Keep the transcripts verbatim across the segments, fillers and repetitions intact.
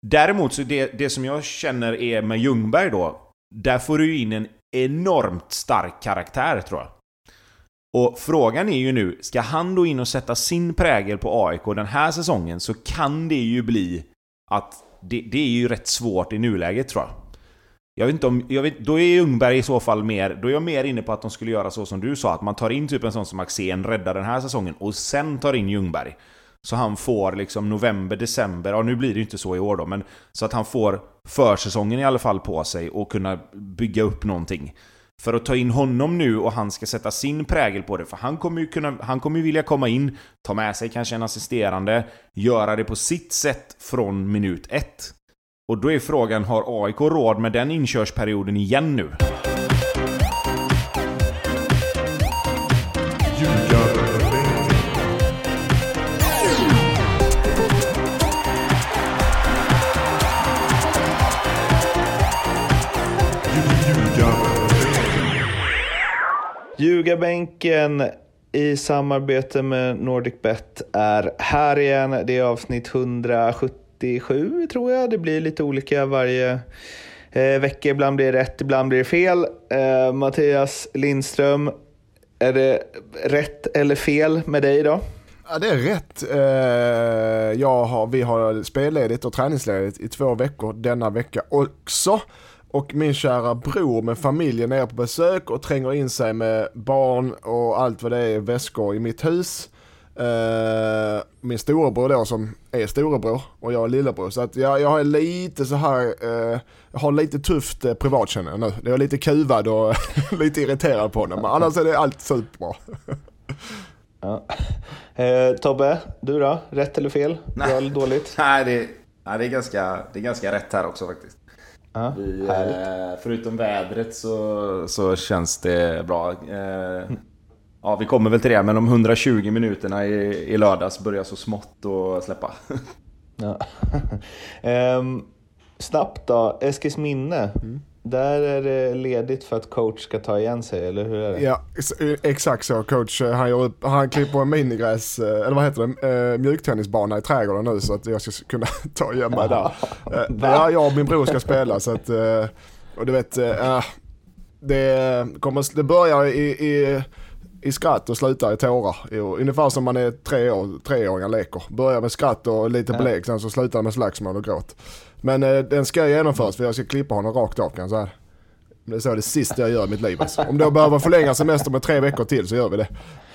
Däremot så det, det som jag känner är med Ljungberg då, där får du in en enormt stark karaktär tror jag. Och frågan är ju nu, ska han då in och sätta sin prägel på A I K den här säsongen, så kan det ju bli att det, det är ju rätt svårt i nuläget tror jag. Jag vet inte om, jag vet, då är Ljungberg i så fall mer, då är jag mer inne på att de skulle göra så som du sa, att man tar in typ en sån som Axén, räddar den här säsongen och sen tar in Ljungberg. Så han får liksom november, december, ja nu blir det ju inte så i år då, men så att han får försäsongen i alla fall på sig och kunna bygga upp någonting. För att ta in honom nu och han ska sätta sin prägel på det, för han kommer ju kunna, han kommer ju vilja komma in, ta med sig kanske en assisterande, göra det på sitt sätt från minut ett. Och då är frågan, har A I K råd med den inkörsperioden igen nu? Ljugarbänken i samarbete med NordicBet är här igen. Det är avsnitt hundrasjuttiosju tror jag. Det blir lite olika varje eh, vecka. Ibland blir det rätt, ibland blir det fel. Eh, Mattias Lindström, är det rätt eller fel med dig då? Ja, det är rätt. Eh, jag har, vi har spelledigt och träningsledigt i två veckor denna vecka också. Och min kära bror med familjen är på besök och tränger in sig med barn och allt vad det är, väskor i mitt hus. Uh, min storebror då som är storebror och jag är lillebror. Så att jag, jag har lite så här, uh, jag har lite tufft uh, privat känner jag nu. Jag är lite kuvad och lite irriterad på honom. Men annars är det allt superbra. Ja. Uh, Tobbe, du då? Rätt eller fel? Bra eller dåligt? Nej, det, nej det, är ganska, det är ganska rätt här också faktiskt. Ja, Vi, eh, förutom vädret så, så känns det bra. Eh, ja, vi kommer väl till det, men de hundratjugo minuterna i, i lördags börjar så smått att släppa. Ja. um, snabbt då, Eskilsminne. Mm. Där är det ledigt för att coach ska ta igen sig, eller hur är det? Ja, exakt så. Coach, han, gör upp, han klipper en minigräs, eller vad heter det, mjuktennisbana i trädgården nu så att jag ska kunna ta igen mig där. Ja, jag och min bror ska spela så att, och du vet, det, kommer, det börjar i, i, i skratt och slutar i tårar. Ungefär som man är tre år, treåringar leker. Börjar med skratt och lite belägg, sen så slutar med slagsmål och gråt. Men eh, den ska genomföras för jag ska klippa honom rakt av kan jag säga. Det är så det sista jag gör i mitt liv. Alltså. Om det behöver förlänga semester med tre veckor till så gör vi det.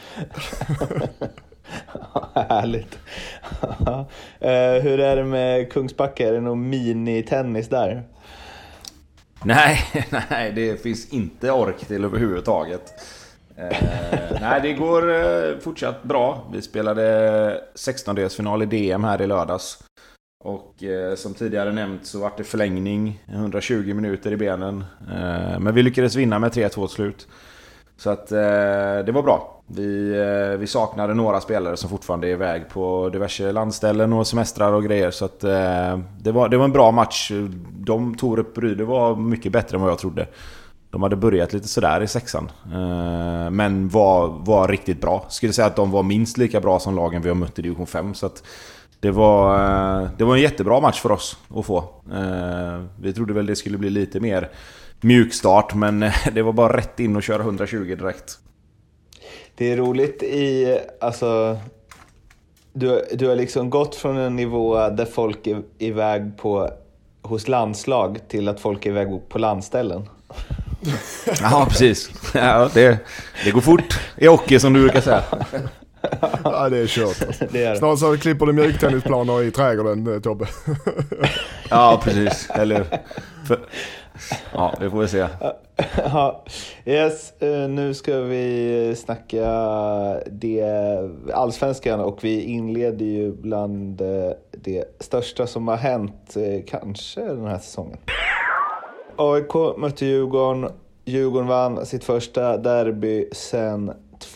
Härligt. uh, hur är det med Kungsbacka? Är det någon mini-tennis där? Nej, nej, det finns inte ork till överhuvudtaget. Uh, nej, det går uh, fortsatt bra. Vi spelade sextondelsfinal i D M här i lördags. Och eh, som tidigare nämnt så var det förlängning, hundratjugo minuter i benen. Eh, men vi lyckades vinna med tre två slut. Så att eh, det var bra. Vi, eh, vi saknade några spelare som fortfarande är iväg på diverse landställen och semestrar och grejer. Så att eh, det, var, det var en bra match. De Torup Ryde var mycket bättre än vad jag trodde. De hade börjat lite sådär i sexan. Eh, men var, var riktigt bra. Skulle säga att de var minst lika bra som lagen vi har mött i division fem. Så att Det var, det var en jättebra match för oss att få. Vi trodde väl det skulle bli lite mer mjukstart, men det var bara rätt in och köra hundratjugo direkt. Det är roligt i, alltså, du, du har liksom gått från en nivå där folk är iväg på, hos landslag till att folk är iväg på landställen. Ja, precis. Ja, det, det går fort i hockey som du brukar säga. Ja, det är kört. Alltså. Det är det. Snart så klipper du mjuktennisplaner i trädgården, Tobbe. Ja, precis. Eller för... Ja, det får vi se. Ja, yes, nu ska vi snacka det allsvenskan och vi inleder ju bland det största som har hänt kanske den här säsongen. A I K mötte Djurgården. Djurgården vann sitt första derby sedan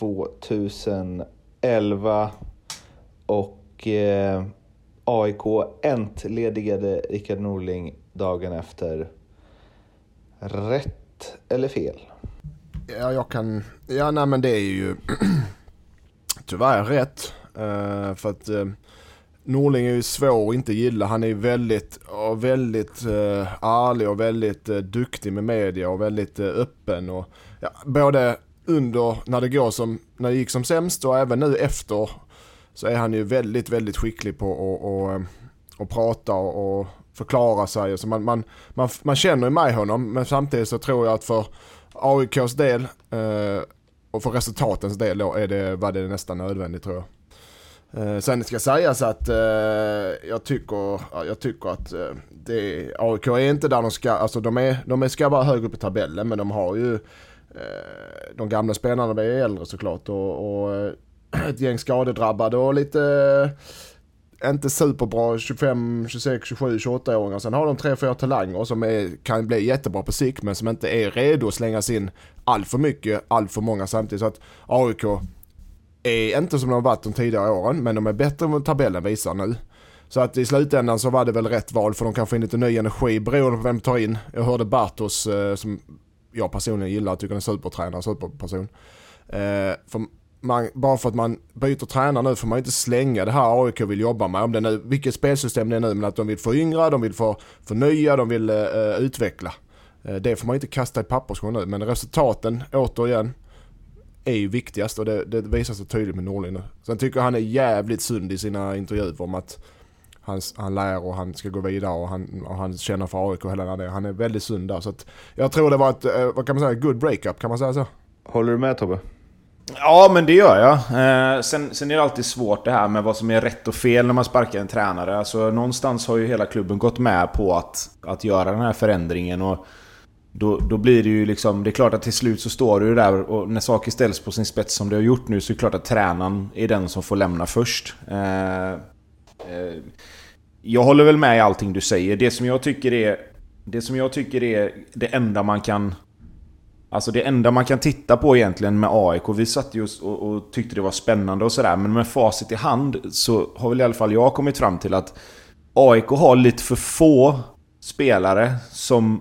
tjugoelva och eh, A I K entledigade Rickard Norling dagen efter. Rätt eller fel? Ja, jag kan... Ja, nej, men det är ju tyvärr rätt. Uh, för att uh, Norling är ju svår att inte gilla. Han är ju väldigt, väldigt uh, ärlig och väldigt uh, duktig med media och väldigt uh, öppen. Och, ja, både under när det går som, när det gick som sämst och även nu efter så är han ju väldigt, väldigt skicklig på att och, och prata och, och förklara sig. Så man, man, man, man känner ju med honom, men samtidigt så tror jag att för A I K:s del uh, och för resultatens del då är det, var det nästan nödvändigt, tror jag. Uh, sen ska sägas att uh, jag tycker jag tycker att uh, det, A I K är inte där de ska, alltså de är de är ska vara högre upp i tabellen, men de har ju uh, de gamla spelarna är äldre såklart och, och uh, ett gäng skadedrabbade och lite uh, inte superbra tjugofem, tjugosex, tjugosju, tjugoåtta-åringar. Sen har de tre, fyra talanger som är, kan bli jättebra på sikt, men som inte är redo att slängas in allt för mycket, allt för många samtidigt. Så att A I K är inte som de har varit de tidigare åren, men de är bättre än vad tabellen visar nu. Så att i slutändan så var det väl rätt val, för de kan få in lite ny energi beroende på vem tar in. Jag hörde Bartos, eh, som jag personligen gillar, tycker han är supertränare, superperson. Eh, för man, bara för att man byter tränare nu får man inte slänga det här A I K vill jobba med. Om det nu, vilket spelsystem det är nu, men att de vill föryngra, de vill få förnya, de vill eh, utveckla. Eh, det får man inte kasta i papperskorgen nu, men resultaten återigen är ju viktigast, och det, det visar så tydligt med Norling nu. Sen tycker jag han är jävligt sund i sina intervjuer om att han, han lär och han ska gå vidare och han, och han känner för A I K hela det. Han är väldigt sund där, så att jag tror det var ett, vad kan man säga, good breakup, kan man säga så? Håller du med, Tobbe? Ja, men det gör jag. Eh, sen, sen är det alltid svårt det här med vad som är rätt och fel när man sparkar en tränare. Alltså någonstans har ju hela klubben gått med på att, att göra den här förändringen, och Då, då blir det ju liksom, det är klart att till slut så står du där, och när saker ställs på sin spets som det har gjort nu, så är det klart att tränaren är den som får lämna först. Eh, eh, jag håller väl med i allting du säger. Det som jag tycker är det som jag tycker är det enda man kan alltså det enda man kan titta på egentligen med A I K. Vi satt just och, och tyckte det var spännande och sådär, men med facit i hand så har väl i alla fall jag kommit fram till att A I K har lite för få spelare som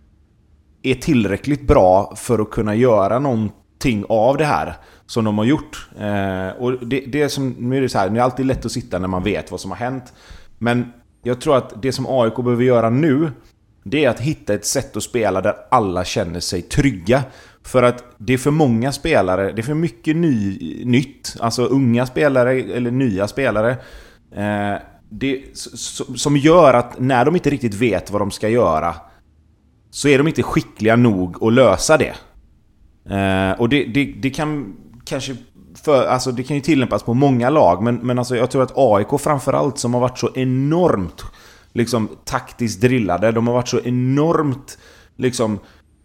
är tillräckligt bra för att kunna göra någonting av det här som de har gjort. Eh, och det, det, är som, nu är det så här, det är alltid lätt att sitta när man vet vad som har hänt. Men jag tror att det som A I K behöver göra nu, det är att hitta ett sätt att spela där alla känner sig trygga. För att det är för många spelare, det är för mycket ny, nytt. Alltså unga spelare eller nya spelare. Eh, det, som gör att när de inte riktigt vet vad de ska göra, så är de inte skickliga nog att lösa det. Eh, och det, det, det kan kanske för, alltså det kan ju tillämpas på många lag, men, men alltså jag tror att A I K framförallt, som har varit så enormt liksom taktiskt drillade, de har varit så enormt liksom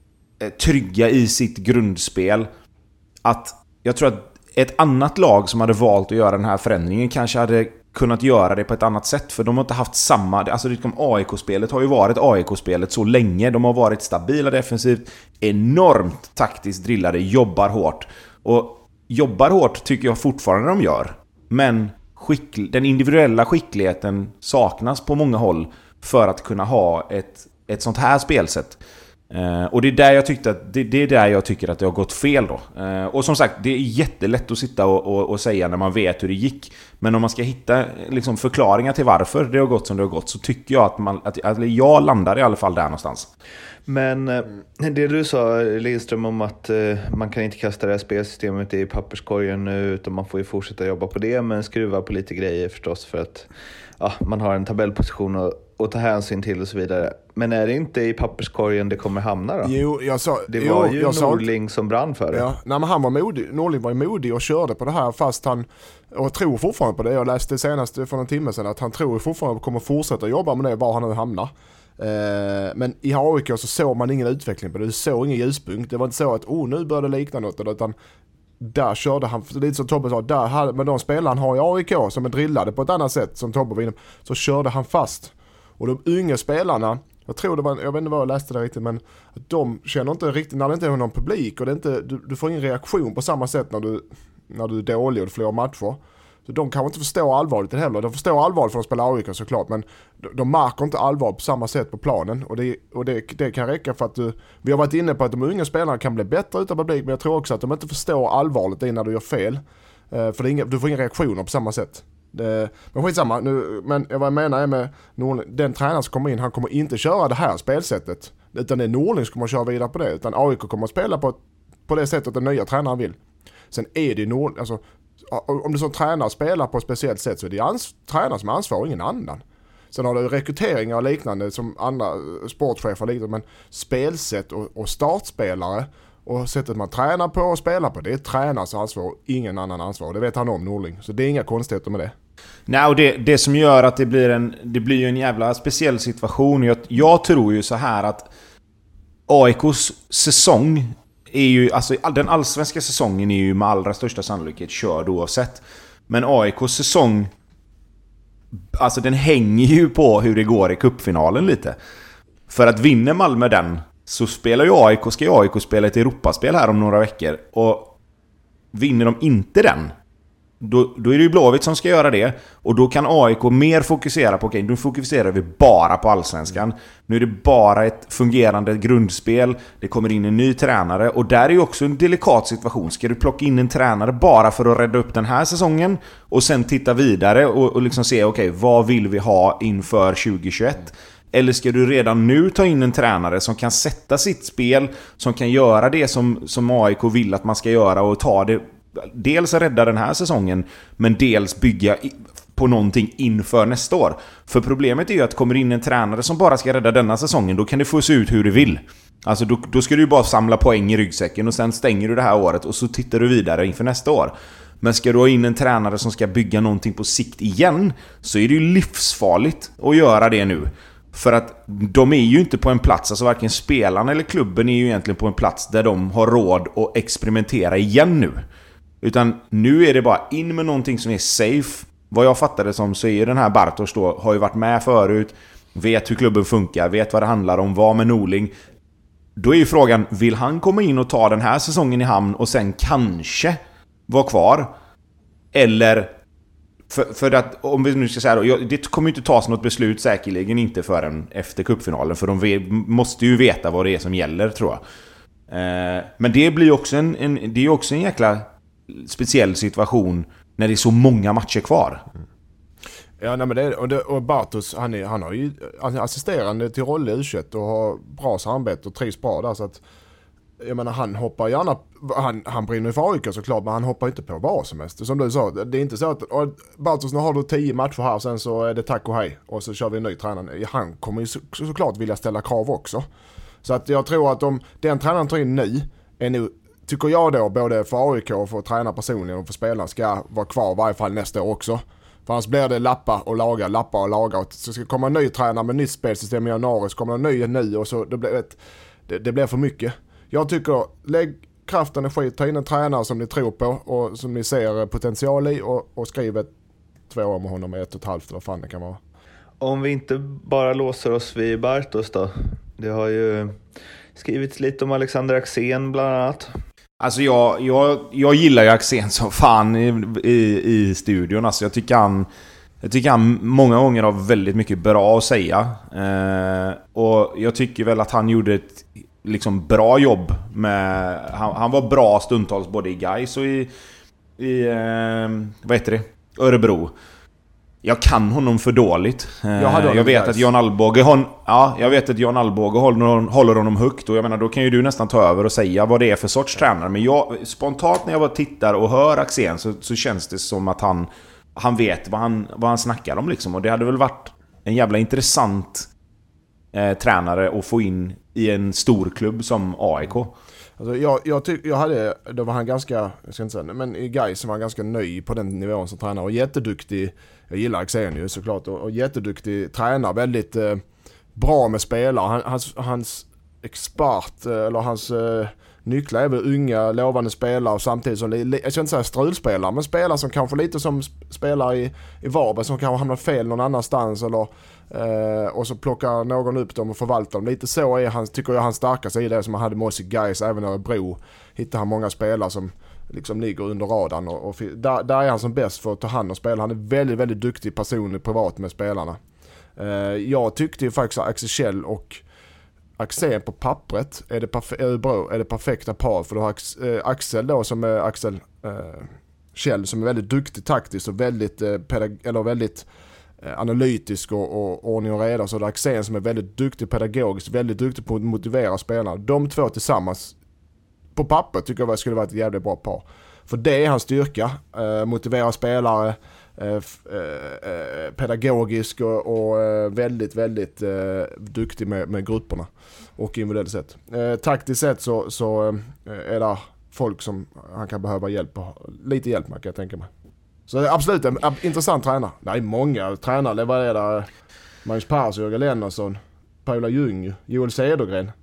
trygga i sitt grundspel, att jag tror att ett annat lag som hade valt att göra den här förändringen kanske hade kunnat göra det på ett annat sätt, för de har inte haft samma, alltså liksom A I K-spelet har ju varit A I K-spelet så länge, de har varit stabila defensivt, enormt taktiskt drillade, jobbar hårt, och jobbar hårt tycker jag fortfarande de gör, men skickl- den individuella skickligheten saknas på många håll för att kunna ha ett, ett sånt här spelsätt. Uh, och det är där jag tyckte att det, det är där jag tycker att det har gått fel då. Uh, och som sagt, det är jättelätt att sitta och, och, och säga när man vet hur det gick. Men om man ska hitta liksom förklaringar till varför det har gått som det har gått, så tycker jag att man att, att jag landar i alla fall där någonstans. Men det du sa, Lindström, om att man kan inte kasta det här spelsystemet i papperskorgen nu, utan man får ju fortsätta jobba på det, men skruva på lite grejer förstås, för att ja, man har en tabellposition att, att ta hänsyn till och så vidare. Men är det inte i papperskorgen det kommer hamna då? Jo, jag sa, det var jo, ju jag Norling sa, som brann för det. Ja, nej, men han var modig. Norling var ju modig och körde på det här, fast han, och tror fortfarande på det. Jag läste senast för en timme sedan att han tror fortfarande kommer fortsätta jobba med det var han nu hamnar. Eh, men i A I K så såg man ingen utveckling på det. Du såg ingen ljuspunkt. Det var inte så att oh, nu började det likna något, utan där körde han, lite som Tobbe sa, där hade, med de spelarna har i A I K som är drillade på ett annat sätt, som Tobbe var inne, så körde han fast. Och de yngre spelarna, jag tror det var, jag vet inte vad jag läste det riktigt, men de känner inte riktigt, när det inte är någon publik och det inte, du, du får ingen reaktion på samma sätt när du, när du är dålig och du förlorar matcher. Så de kan inte förstå allvarligt heller. De förstår allvarligt för att spela A I K såklart, men de, de märker inte allvar på samma sätt på planen. Och, det, och det, det kan räcka för att du, vi har varit inne på att de unga spelarna kan bli bättre utan publik, men jag tror också att de inte förstår allvarligt i när du gör fel. Uh, för det är inga, du får inga reaktioner på samma sätt. Det, men skitsamma, nu, men vad jag menar är med Norling, den tränaren som kommer in, han kommer inte köra det här spelsättet. Utan det är Norling som kommer att köra vidare på det. Utan A I K kommer att spela på, på det sättet den nya tränaren vill. Sen är det ju Norling, alltså, om du som tränare spelar på ett speciellt sätt så är det ans- tränaren som är ansvarig och ingen annan. Sen har du rekryteringar och liknande som andra sportchefer och liknande, men spelsätt och, och startspelare och sättet man tränar på och spelar på, det är tränarens ansvar och ingen annan ansvar. Det vet han om, Norling. Så det är inga konstigheter med det. Nej, och det, det som gör att det blir en det blir en jävla speciell situation. Jag, jag tror ju så här att A I K:s säsong är ju, alltså den allsvenska säsongen är ju med allra största sannolikhet körd oavsett. Men A I K:s säsong, alltså den hänger ju på hur det går i cupfinalen lite. För att vinner Malmö den så spelar ju A I K, ska ju A I K spela ett Europaspel här om några veckor. Och vinner de inte den, Då, då är det ju Blåvitt som ska göra det. Och då kan A I K mer fokusera på, okej, okay, nu fokuserar vi bara på allsvenskan. Nu är det bara ett fungerande grundspel. Det kommer in en ny tränare. Och där är ju också en delikat situation. Ska du plocka in en tränare bara för att rädda upp den här säsongen? Och sen titta vidare och, och liksom se, okej, okay, vad vill vi ha inför tjugohundratjugoett? Eller ska du redan nu ta in en tränare som kan sätta sitt spel, som kan göra det som, som A I K vill att man ska göra och ta det, dels rädda den här säsongen, men dels bygga på någonting inför nästa år. För problemet är ju att kommer in en tränare som bara ska rädda denna säsongen, då kan det få se ut hur du vill. Alltså då, då ska du ju bara samla poäng i ryggsäcken och sen stänger du det här året och så tittar du vidare inför nästa år. Men ska du ha in en tränare som ska bygga någonting på sikt igen, så är det ju livsfarligt att göra det nu. För att de är ju inte på en plats, alltså varken spelarna eller klubben är ju egentligen på en plats där de har råd att experimentera igen nu. Utan nu är det bara in med någonting som är safe. Vad jag fattar det som så är den här Bartosz då, har ju varit med förut, vet hur klubben funkar, vet vad det handlar om, vad med Norling. Då är ju frågan, vill han komma in och ta den här säsongen i hamn och sen kanske vara kvar? Eller, för, för att om vi nu ska säga då, det kommer ju inte tas något beslut säkerligen inte förrän efter cupfinalen, för de vet, måste ju veta vad det är som gäller, tror jag. Eh, men det blir också en, en, det är också en jäkla speciell situation när det är så många matcher kvar. Ja, nej, men det, och, det, och Bartosz, han, är, han har ju han är assisterande till Rolle U tjugoett och har bra samarbete och trivs bra där, så att jag menar, han hoppar gärna, han, han brinner för A I K såklart, men han hoppar inte på vad som helst. Som du sa, det är inte så att Bartosz, nu har du tio matcher här, sen så är det tack och hej och så kör vi en ny tränare. Han kommer ju så, såklart vilja ställa krav också. Så att jag tror att om den tränaren tar in nu är nu, tycker jag då, både för A I K och för träna personligen och för spelarna, ska vara kvar i varje fall nästa år också. För annars blir det lappa och laga, lappa och laga. Och så ska komma en ny tränare med nytt spelsystem i januari, så kommer en ny nu och så det blir, ett, det, det blir för mycket. Jag tycker, lägg kraft och energi, ta in en tränare som ni tror på och som ni ser potential i och, och skriv ett två år med honom, ett och ett halvt eller vad fan det kan vara. Om vi inte bara låser oss vid Bartosz då. Det har ju skrivits lite om Alexander Axén bland annat. Alltså jag, jag, jag gillar ju Axén som fan i, i, i studion. Alltså jag tycker han Jag tycker han många gånger har väldigt mycket bra att säga. Eh, och jag tycker väl att han gjorde ett liksom bra jobb med, han, han var bra stundtals både i Gais och i, i eh, vad heter det? Örebro. Jag kan honom för dåligt. Eh, jag, jag vet att Jan Alvbåge hon, ja, jag vet att Jan Alvbåge håller, håller honom högt, och jag menar, då kan ju du nästan ta över och säga vad det är för sorts tränare. Men jag, spontant när jag bara tittar och hör Axén så, så känns det som att han han vet vad han, vad han snackar om liksom. Och det hade väl varit en jävla intressant eh, tränare att få in i en stor klubb som A I K. Alltså jag, jag tycker, jag hade, då var han ganska, jag ska inte säga, men i Gais var han ganska ny på den nivån som tränare och jätteduktig. Jag gillar Axén ju såklart, och, och jätteduktig tränare, väldigt eh, bra med spelare. Han, hans, hans expert, eller hans eh, nycklar är väl unga, lovande spelare, och samtidigt som, jag ska inte säga strulspelare, men spelare som kanske lite som spelar i, i Varberg, som kanske hamnar fel någon annanstans, eller eh, och så plockar någon upp dem och förvaltar dem. Lite så är han, tycker jag, han starkaste i det som han hade med oss i Gais. Även i Örebro hittar han många spelare som liksom ligger under radarn, och, och där, där är han som bäst för att ta hand om spelare. Han är väldigt, väldigt duktig personlig privat med spelarna. Eh, jag tyckte ju faktiskt att Axel Kjell och Axén på pappret är det, perf- är, det bra, är det perfekta par, för du har Axel då som är Axel eh, Kjell som är väldigt duktig taktiskt och väldigt, eh, pedag- eller väldigt eh, analytisk och, och ordning och reda. Så det är Axén som är väldigt duktig pedagogiskt, väldigt duktig på att motivera spelarna. De två tillsammans på papper tycker jag skulle vara ett jävligt bra par. För det är hans styrka, eh, motivera spelare, eh, f- eh, pedagogisk och, och eh, väldigt, väldigt eh, duktig med, med grupperna och individuellt sett. Eh, taktiskt sett så, så eh, är det folk som han kan behöva hjälp, lite hjälp man kan jag tänka mig. Så det är absolut en ab- intressant tränare. Det är många tränare, vad är det? Magnus Persson, Jörgen Lennartsson, Paula Ljung, Joel Cedergren.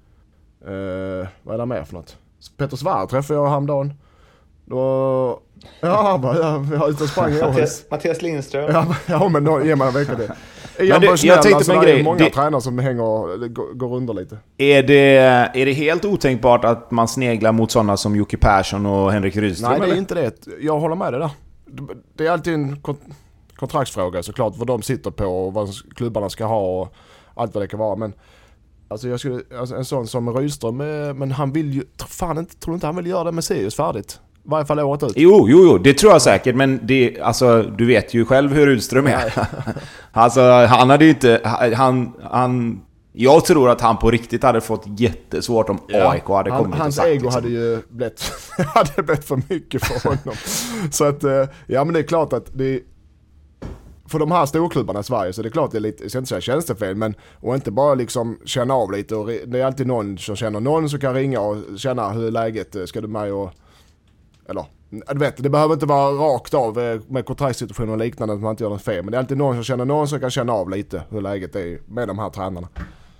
Eh, vad är det mer för något? Peter Svärd träffade jag häromdagen. Då, ja, bara, jag, jag ute och sprang i Mattias, Mattias Lindström. Ja, ja, men då ger man en vecka det. Men det, jag tänkte alltså, på en det är grej. många Det, tränare som hänger och går, går under lite. är, det, är det helt otänkbart att man sneglar mot sådana som Jocke Persson och Henrik Rydström? Nej, det är eller? inte det. Jag håller med dig där. Det är alltid en kont- kontraktsfråga såklart, vad de sitter på och vad klubbarna ska ha och allt vad det kan vara. Men alltså, jag skulle, alltså, en sån som Rydström, men han vill ju, fan inte, tror inte han vill göra det med Sirius färdigt. I varje fall året ut. Jo, jo, jo, det tror jag säkert, men det, alltså, du vet ju själv hur Rydström är. Alltså, han hade ju inte, han, han, jag tror att han på riktigt hade fått jättesvårt om Ja, A I K hade han, kommit hans och sagt, ego liksom. hade ju blivit, hade blivit för mycket för honom. Så att, ja men det är klart att det, för de här storklubbarna i Sverige så det är klart det är lite, jag ska inte säga tjänstefel, men och inte bara liksom känna av lite, och det är alltid någon som känner någon som kan ringa och känna hur läget, ska du med och, eller du vet, det behöver inte vara rakt av med kontraktssituationer och liknande att man inte gör något fel, men det är alltid någon som känner någon som kan känna av lite hur läget är med de här tränarna.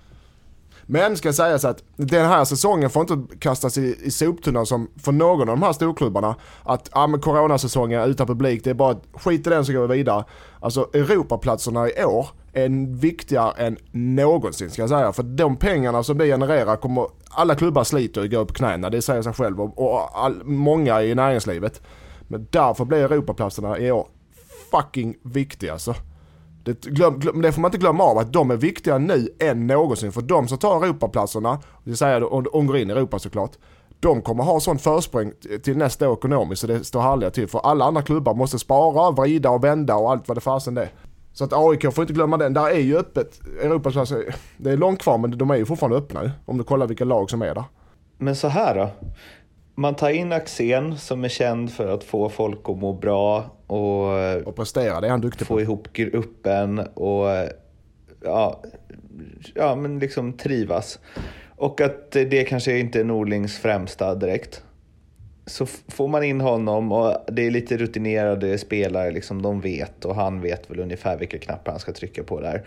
Men ska sägas att den här säsongen får inte kastas i, i soptunnan som för någon av de här storklubbarna att ja, men coronasäsongen utan publik, det är bara skit i den så går vi vidare. Alltså Europaplatserna i år är viktigare än någonsin ska jag säga, för de pengarna som det genererar kommer, alla klubbar sliter och går på knäna, det säger sig själv, och, och all, många i näringslivet. Men därför blir Europaplatserna i år fucking viktiga alltså. Det, glöm, glöm, det får man inte glömma av att de är viktigare nu än någonsin, för de som tar Europaplatserna, det säger och, och går in i Europa såklart, de kommer ha sån försprång till nästa år ekonomiskt så det står härliga till, för alla andra klubbar måste spara, vrida och vända och allt vad det fasen det är. Så att A I K får inte glömma den, där är ju öppet Europaplatser, det är långt kvar men de är ju fortfarande öppna om du kollar vilka lag som är där. Men så här då, man tar in Axén som är känd för att få folk att må bra och, och prestera, det är han duktig få på. ihop gruppen och ja, ja men liksom trivas. Och att det kanske inte är Norlings främsta direkt. Så f- får man in honom och det är lite rutinerade spelare, liksom de vet och han vet väl ungefär vilka knappar han ska trycka på där.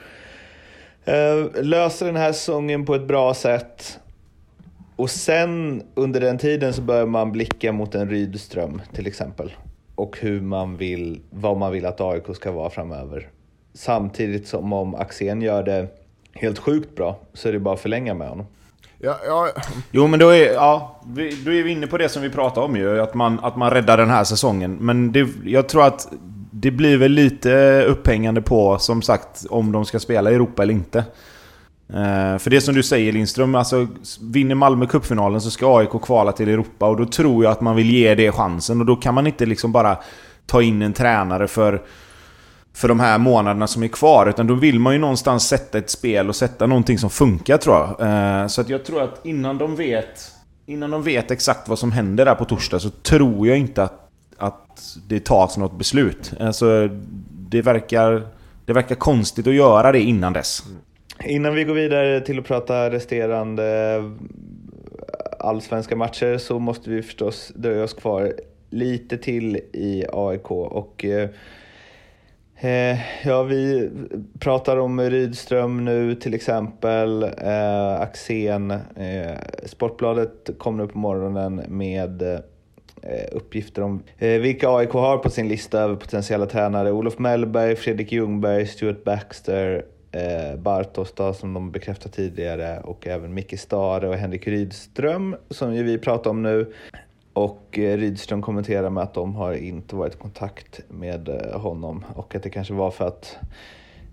Uh, löser den här säsongen på ett bra sätt. Och sen under den tiden så börjar man blicka mot en Rydström till exempel. Och hur man vill, vad man vill att A I K ska vara framöver. Samtidigt som om Axén gör det helt sjukt bra så är det bara att förlänga med honom. Ja, ja. Jo, men då är, ja, vi, då är vi inne på det som vi pratade om ju, att man, att man räddar den här säsongen. Men det, jag tror att det blir väl lite upphängande på, som sagt, om de ska spela i Europa eller inte. Uh, för det som du säger Lindström, alltså vinner Malmö cupfinalen så ska A I K kvala till Europa, och då tror jag att man vill ge det chansen, och då kan man inte liksom bara ta in en tränare för för de här månaderna som är kvar, utan då vill man ju någonstans sätta ett spel och sätta någonting som funkar, tror jag. Uh, så att jag tror att innan de vet innan de vet exakt vad som händer där på torsdag, så tror jag inte att, att det tas något beslut. Alltså det verkar det verkar konstigt att göra det innan dess. Innan vi går vidare till att prata resterande allsvenska matcher så måste vi förstås dröja oss kvar lite till i A I K. Och eh, ja, vi pratar om Rydström nu till exempel, eh, Axén. Eh, Sportbladet kom nu på morgonen med eh, uppgifter om eh, vilka A I K har på sin lista över potentiella tränare. Olof Mellberg, Fredrik Ljungberg, Stuart Baxter, Eh, Bartos då, som de bekräftat tidigare, och även Micke Stare och Henrik Rydström som ju vi pratar om nu. Och eh, Rydström kommenterar med att de har inte varit i kontakt med eh, honom, och att det kanske var för att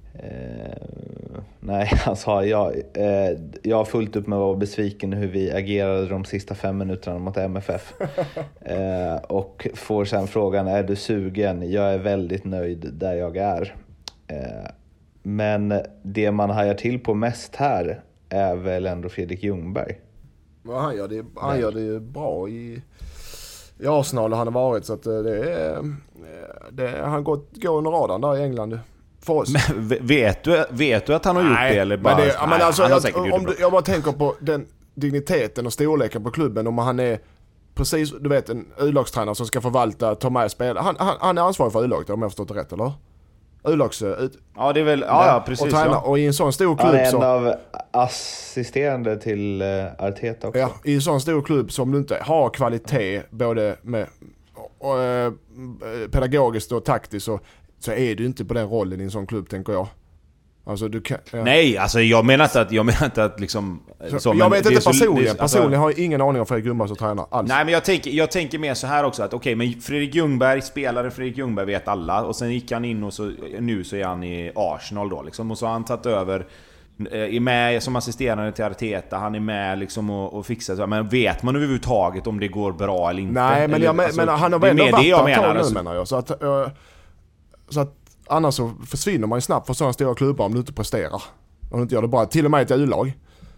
Eh, nej, han sa jag, eh, jag har fullt upp med att vara besviken hur vi agerade de sista fem minuterna mot M F F. eh, och får sen frågan, är du sugen? Jag är väldigt nöjd där jag är. Eh, men det man hajar till på mest här är väl ändå Fredrik Ljungberg. Ja, han gör det, han gör det ju bra i, i Arsenal han har varit, så att det är, det, han går, går under radarn där i England. Men vet du, vet du att han har gjort nej, det eller bara? Men det, nej, men alltså, han har jag, säkert gjort om det du, jag bara tänker på den digniteten och storleken på klubben, om han är precis, du vet, en U-lagstränare som ska förvalta, ta med spelare. Han, han, han är ansvarig för U-laget, om jag har förstått det rätt, eller? U-lags ut. Ja, det är väl, ja, ja precis. Och, träna, ja. och i en sån stor klubb han är en så, av assisterande till uh, Arteta också. Ja, i en sån stor klubb som du inte har kvalitet både med och, och, eh, pedagogiskt och taktiskt, så, så är du inte på den rollen i en sån klubb, tänker jag. Alltså, du kan, ja. Nej, alltså jag menar inte att, jag menar inte att liksom... Så, så, jag men vet det inte så, personligen. det, alltså, personligen har jag ingen aning om Fredrik Ljungberg som tränare alls. Nej, men jag tänker, jag tänker mer så här också att okej, okay, men Fredrik Ljungberg, spelare Fredrik Ljungberg vet alla, och sen gick han in och så, nu så är han i Arsenal då liksom, och så har han tagit över, är med som assisterande till Arteta, han är med liksom och, och fixar så, men vet man överhuvudtaget om det går bra eller inte? Nej, men, eller, jag, men, alltså, men han har väl ändå varit jag där menar, nu, alltså. menar jag. Så att, uh, så att annars så försvinner man ju snabbt för sådana stora klubbar om du inte presterar. Om du inte gör det bra, till och med ett U-lag.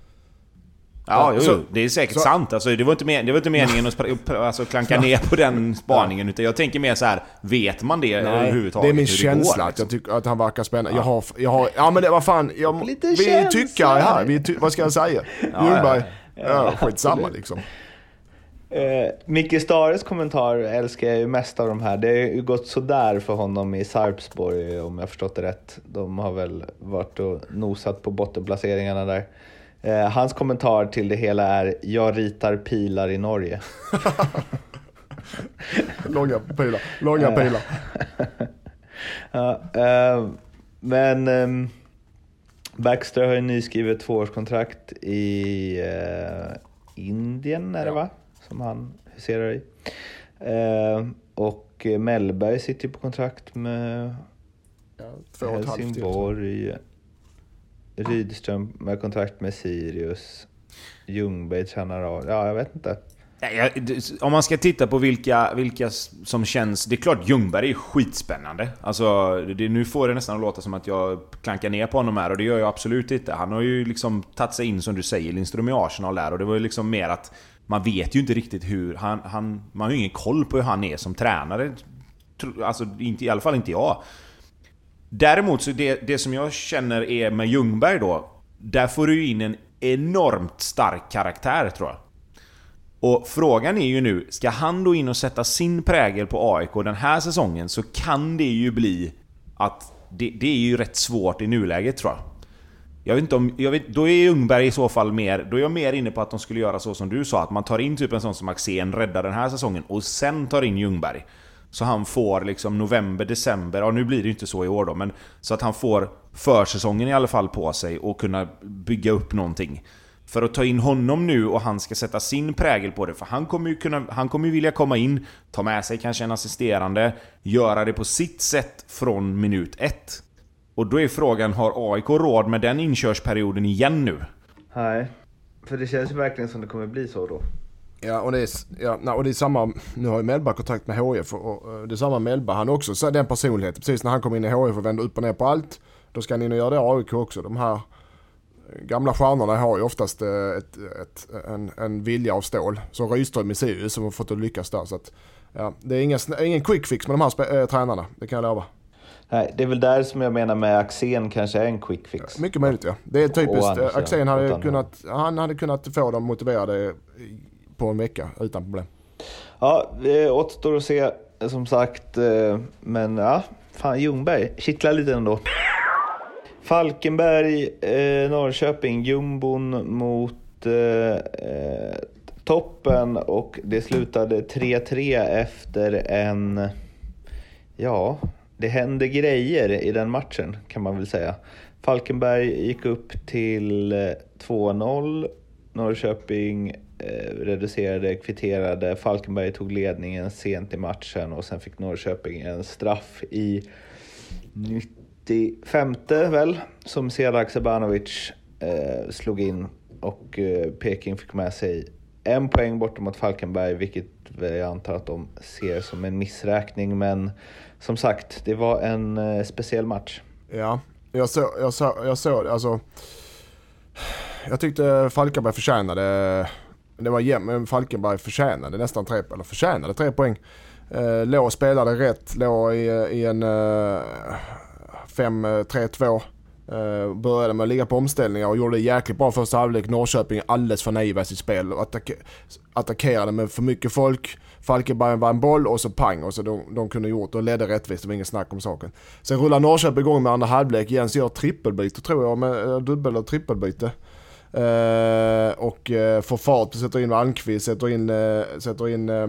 Ja, jo, så, jo, det är säkert så, sant. Alltså, det var inte, men, det var inte meningen att spra, alltså, klanka ner på den spaningen, utan jag tänker mer så här: vet man det nej, överhuvudtaget? Det är min hur känsla det går, att jag liksom? tycker att han verkar spännande. Ja. Jag har, jag har, ja men det var fan, jag, Lite vi känsla. tycker här, vi ty, vad ska jag säga? Ja, Ljungberg, ja, ja, ja, skitsamma liksom. Eh, Micke Stares kommentar älskar jag ju mest av de här. Det har ju gått sådär för honom i Sarpsborg, om jag förstått det rätt. De har väl varit och nosat på bottenplaceringarna där. Eh, hans kommentar till det hela är: jag ritar pilar i Norge. Långa pilar, långa pilar. ja, eh, men eh, Baxter har ju nyskrivet tvåårskontrakt i eh, Indien, är det va? Som han huserar i. Eh, och Mellberg sitter på kontrakt med Ja, två och ett halvt Helsingborg. Rydström med kontrakt med Sirius. Ljungberg tränar av. Ja, jag vet inte. Om man ska titta på vilka, vilka som känns... Det är klart, Ljungberg är skitspännande. Alltså, det, nu får det nästan låta som att jag klankar ner på honom här, och det gör jag absolut inte. Han har ju liksom tagit sig in, som du säger, Lindström i Arsenal där, och det var ju liksom mer att man vet ju inte riktigt hur han, han man har ju ingen koll på hur han är som tränare. Alltså, inte, i alla fall inte jag. Däremot så det, det som jag känner är med Ljungberg då, där får du in en enormt stark karaktär, tror jag. Och frågan är ju nu, ska han då in och sätta sin prägel på A I K den här säsongen, så kan det ju bli att det, det är ju rätt svårt i nuläget, tror jag. Jag vet inte om, jag vet, då är Ljungberg i så fall mer, då är jag mer inne på att de skulle göra så som du sa, att man tar in typ en sån som Axén, räddar den här säsongen, och sen tar in Ljungberg. Så han får liksom november, december, ja nu blir det ju inte så i år då, men så att han får försäsongen i alla fall på sig och kunna bygga upp någonting. För att ta in honom nu och han ska sätta sin prägel på det, för han kommer ju kunna, han kommer ju vilja komma in, ta med sig kanske en assisterande, göra det på sitt sätt från minut ett. Och då är frågan, har A I K råd med den inkörsperioden igen nu? Nej, för det känns ju verkligen som det kommer bli så då. Ja, och det är, ja, och det är samma, nu har ju Mellberg kontakt med H F, och, och det är samma Mellberg, han också, så den personligheten, precis när han kommer in i H F och vänder upp och ner på allt, då ska han in och göra det A I K också. De här gamla stjärnorna har ju oftast ett, ett, en, en vilja av stål, så Rydström i Sirius som har fått att lyckas där, så att, ja, det är ingen, ingen quick fix med de här spe, äh, tränarna, det kan jag lova. Nej, det är väl där som jag menar med Axén kanske är en quick fix. Mycket möjligt, ja. Det är typiskt, Axén hade kunnat, han hade kunnat få dem motiverade på en vecka utan problem. Ja, det återstår att se, som sagt, men ja, fan, Ljungberg kittlar lite ändå. Falkenberg, eh, Norrköping, jumbon mot eh, toppen, och det slutade tre tre efter en, ja, det hände grejer i den matchen kan man väl säga. Falkenberg gick upp till två noll, Norrköping eh, reducerade, kvitterade, Falkenberg tog ledningen sent i matchen och sen fick Norrköping en straff i nittio nittiofemte väl som Sedrag Sabanovic eh, slog in och eh, Peking fick med sig en poäng bortom mot Falkenberg, vilket jag antar att de ser som en missräkning, men som sagt, det var en eh, speciell match. Ja, jag såg, jag såg, jag såg alltså jag tyckte Falkenberg förtjänade, det var jämnt, men Falkenberg förtjänade nästan tre, eller förtjänade tre poäng. Eh, låg och spelade rätt, låg i, i en eh, fem tre två. Uh, började med att ligga på omställningar och gjorde det jäkligt bra första halvlek. Norrköping alldeles för naiva i sitt spel och attack- attackerade med för mycket folk. Falkenberg var en boll och så pang, och så de, de kunde gjort och ledde rättvist, det var ingen snack om saken. Sen rullar Norrköping igång med andra halvlek. Jens gör trippelbyte tror jag, med uh, dubbel- och trippelbyte. Uh, och uh, får fart, sätter in Almqvist, sätter in, uh, sätter in uh,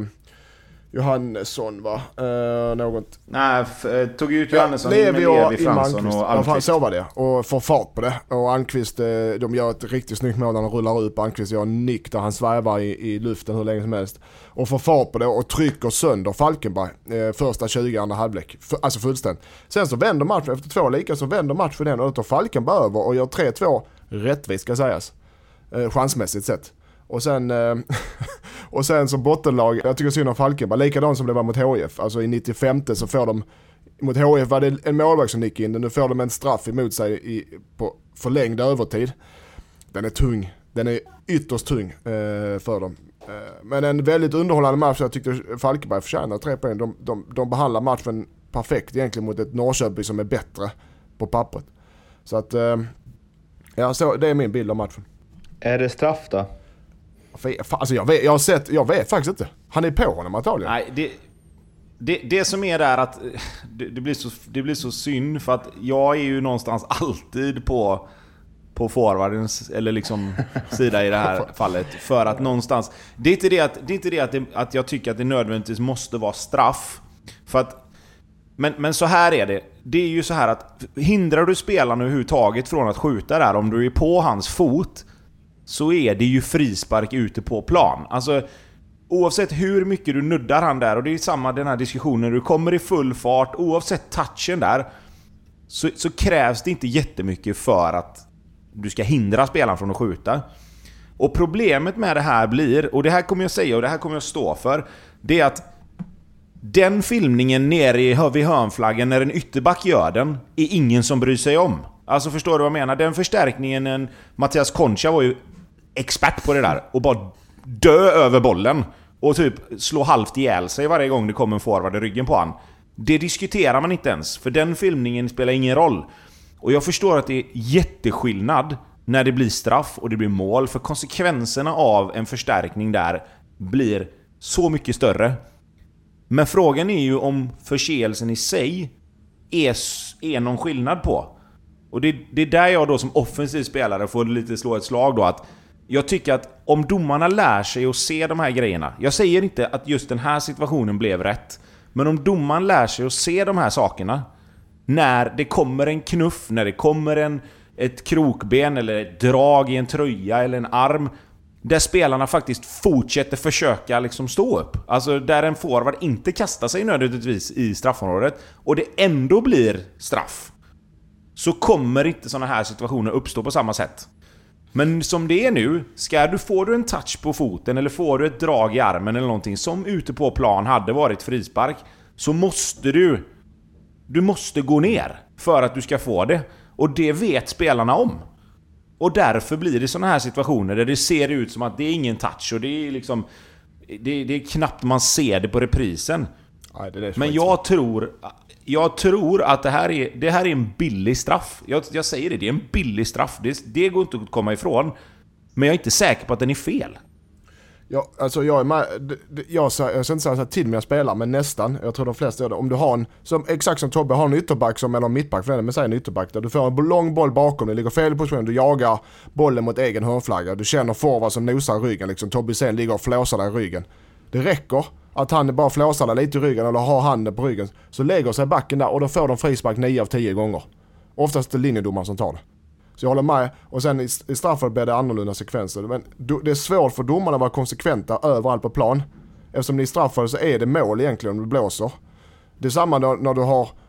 Johannesson va? Uh, något. Nej, f- tog ut Johannesson, ja, med Levi, Fransson och Almqvist. Almqvist. Ja, så var det. Och får fart på det. Och Almqvist, de gör ett riktigt snyggt mål när de rullar upp. Almqvist gör en nick där han svävar i, i luften hur länge som helst. Och får fart på det och trycker sönder Falkenberg eh, första tjugo andra halvlek. F- alltså fullständigt. Sen så vänder matchen, efter två lika så vänder matchen den och då tar Falkenberg över och gör tre två rättvist ska sägas. Eh, chansmässigt sett. Och sen, eh, och sen som bottenlag, jag tycker synd om Falkenberg, likadant som det var mot H I F. Alltså i nittiofemte så får de, mot H I F var det en målvakt som gick in, nu får de en straff emot sig i, på förlängd övertid. Den är tung, den är ytterst tung eh, för dem. Eh, men en väldigt underhållande match, jag tyckte Falkenberg förtjänar tre poäng. De, de, de behandlar matchen perfekt egentligen mot ett Norrköping som är bättre på pappret. Så att, eh, ja, så det är min bild av matchen. Är det straff då? Alltså jag vet, jag har sett, jag vet faktiskt inte. Han är på honom antagligen. Nej, det, det, det som är där att det, det, blir så, det blir så synd för att jag är ju någonstans alltid på på forwardens eller liksom sida i det här fallet för att någonstans det är inte det att det är inte det att, det, att jag tycker att det nödvändigtvis måste vara straff för att men men så här är det. Det är ju så här att hindrar du spelaren överhuvudtaget från att skjuta där om du är på hans fot, så är det ju frispark ute på plan. Alltså oavsett hur mycket du nuddar han där, och det är samma den här diskussionen, du kommer i full fart, oavsett touchen där, så, så krävs det inte jättemycket för att du ska hindra spelaren från att skjuta. Och problemet med det här blir, och det här kommer jag säga och det här kommer jag stå för, det är att den filmningen nere i vid hörnflaggen när en ytterback gör den är ingen som bryr sig om. Alltså förstår du vad jag menar? Den förstärkningen, en Mattias Concha var ju expert på det där och bara dö över bollen och typ slå halvt ihjäl sig varje gång det kommer en forward i ryggen på han. Det diskuterar man inte ens, för den filmningen spelar ingen roll. Och jag förstår att det är jätteskillnad när det blir straff och det blir mål, för konsekvenserna av en förstärkning där blir så mycket större. Men frågan är ju om förseelsen i sig är, är någon skillnad på. Och det, det är där jag då som offensiv spelare får lite slå ett slag då, att jag tycker att om domarna lär sig att se de här grejerna, jag säger inte att just den här situationen blev rätt, men om domaren lär sig att se de här sakerna när det kommer en knuff, när det kommer en, ett krokben eller ett drag i en tröja eller en arm, där spelarna faktiskt fortsätter försöka liksom stå upp, alltså där en forward inte kastar sig nödvändigtvis i straffområdet och det ändå blir straff, så kommer inte såna här situationer uppstå på samma sätt. Men som det är nu, ska du, får du en touch på foten eller får du ett drag i armen eller någonting som ute på plan hade varit frispark, så måste du du måste gå ner för att du ska få det. Och det vet spelarna om. Och därför blir det såna här situationer där det ser ut som att det är ingen touch och det är liksom det, det är knappt man ser det på reprisen. Nej, det är Men jag tror jag tror att det här är det här är en billig straff. Jag, jag säger det, det är en billig straff. Det, det går inte att komma ifrån. Men jag är inte säker på att den är fel. Ja, alltså jag är med, jag, jag ska inte säga så till med jag spelar, men nästan, jag tror de flesta gör det. Om du har en, som, exakt som Tobbe, har en ytterback som, eller en mittback för den, men säg en ytterback där du får en lång boll bakom, det ligger fel i position, du jagar bollen mot egen hörnflagga, du känner forward som nosar i ryggen, liksom Tobbe sen ligger och flåsar där i ryggen. Det räcker att han bara flåsar där lite i ryggen eller har handen på ryggen, så lägger sig backen där och då får de frispark nio av tio gånger. Oftast det är linjedomaren som tar det. Så jag håller med. Och sen i straffet blir det annorlunda sekvenser. Men det är svårt för domarna att vara konsekventa överallt på plan. Eftersom i straffet så är det mål egentligen om du blåser. Det är samma när du har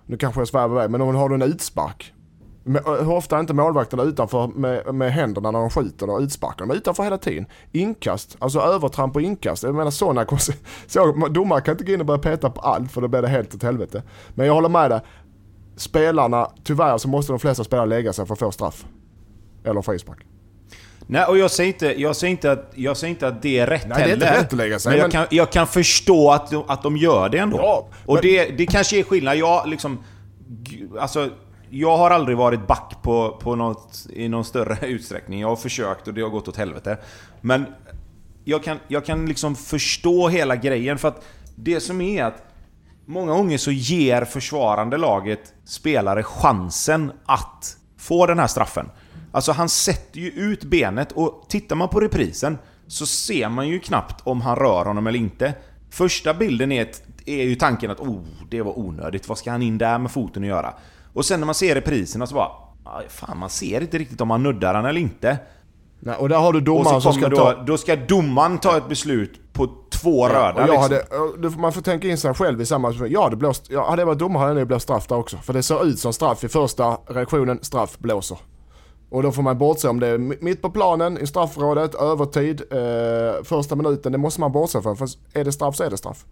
nu kanske jag svär iväg, men om har du en utspark. Med, hur ofta är inte målvakterna utanför med, med händerna när de skjuter och utsparkar? De är utanför hela tiden. Inkast, alltså övertramp och inkast. Jag menar sådana så, domare kan inte gå in och börja peta på allt för då blir det helt åt helvete. Men jag håller med dig. Spelarna, tyvärr så måste de flesta spelare lägga sig för att få straff. Eller frispark. Nej, och jag säger inte, jag säger inte, att, jag säger inte att det är rätt. Nej, det är inte rätt att lägga sig. Men jag, men... kan, jag kan förstå att de, att de gör det ändå. Ja, och men... det, det kanske är skillnad. Jag liksom... Alltså... Jag har aldrig varit back på, på något, i någon större utsträckning. Jag har försökt och det har gått åt helvete. Men jag kan, jag kan liksom förstå hela grejen. För att det som är att många gånger så ger försvarande laget spelare chansen att få den här straffen. Alltså han sätter ju ut benet och tittar man på reprisen så ser man ju knappt om han rör honom eller inte. Första bilden är, ett, är ju tanken att oh, det var onödigt. Vad ska han in där med foten och göra? Och sen när man ser repriserna så bara fan, man ser inte riktigt om man nuddar han eller inte. Nej, och där har du domaren som ska då, ta... Då ska domaren ta ett beslut på två ja, röda. Jag liksom. hade, man får tänka in sig själv i samma... Ja, det blåst, ja, hade jag varit domare hade det blivit straff där också. För det ser ut som straff i första reaktionen, straff blåser. Och då får man bortse om det är mitt på planen, i straffrådet, övertid, eh, första minuten. Det måste man bortse för. För är det straff så är det straff.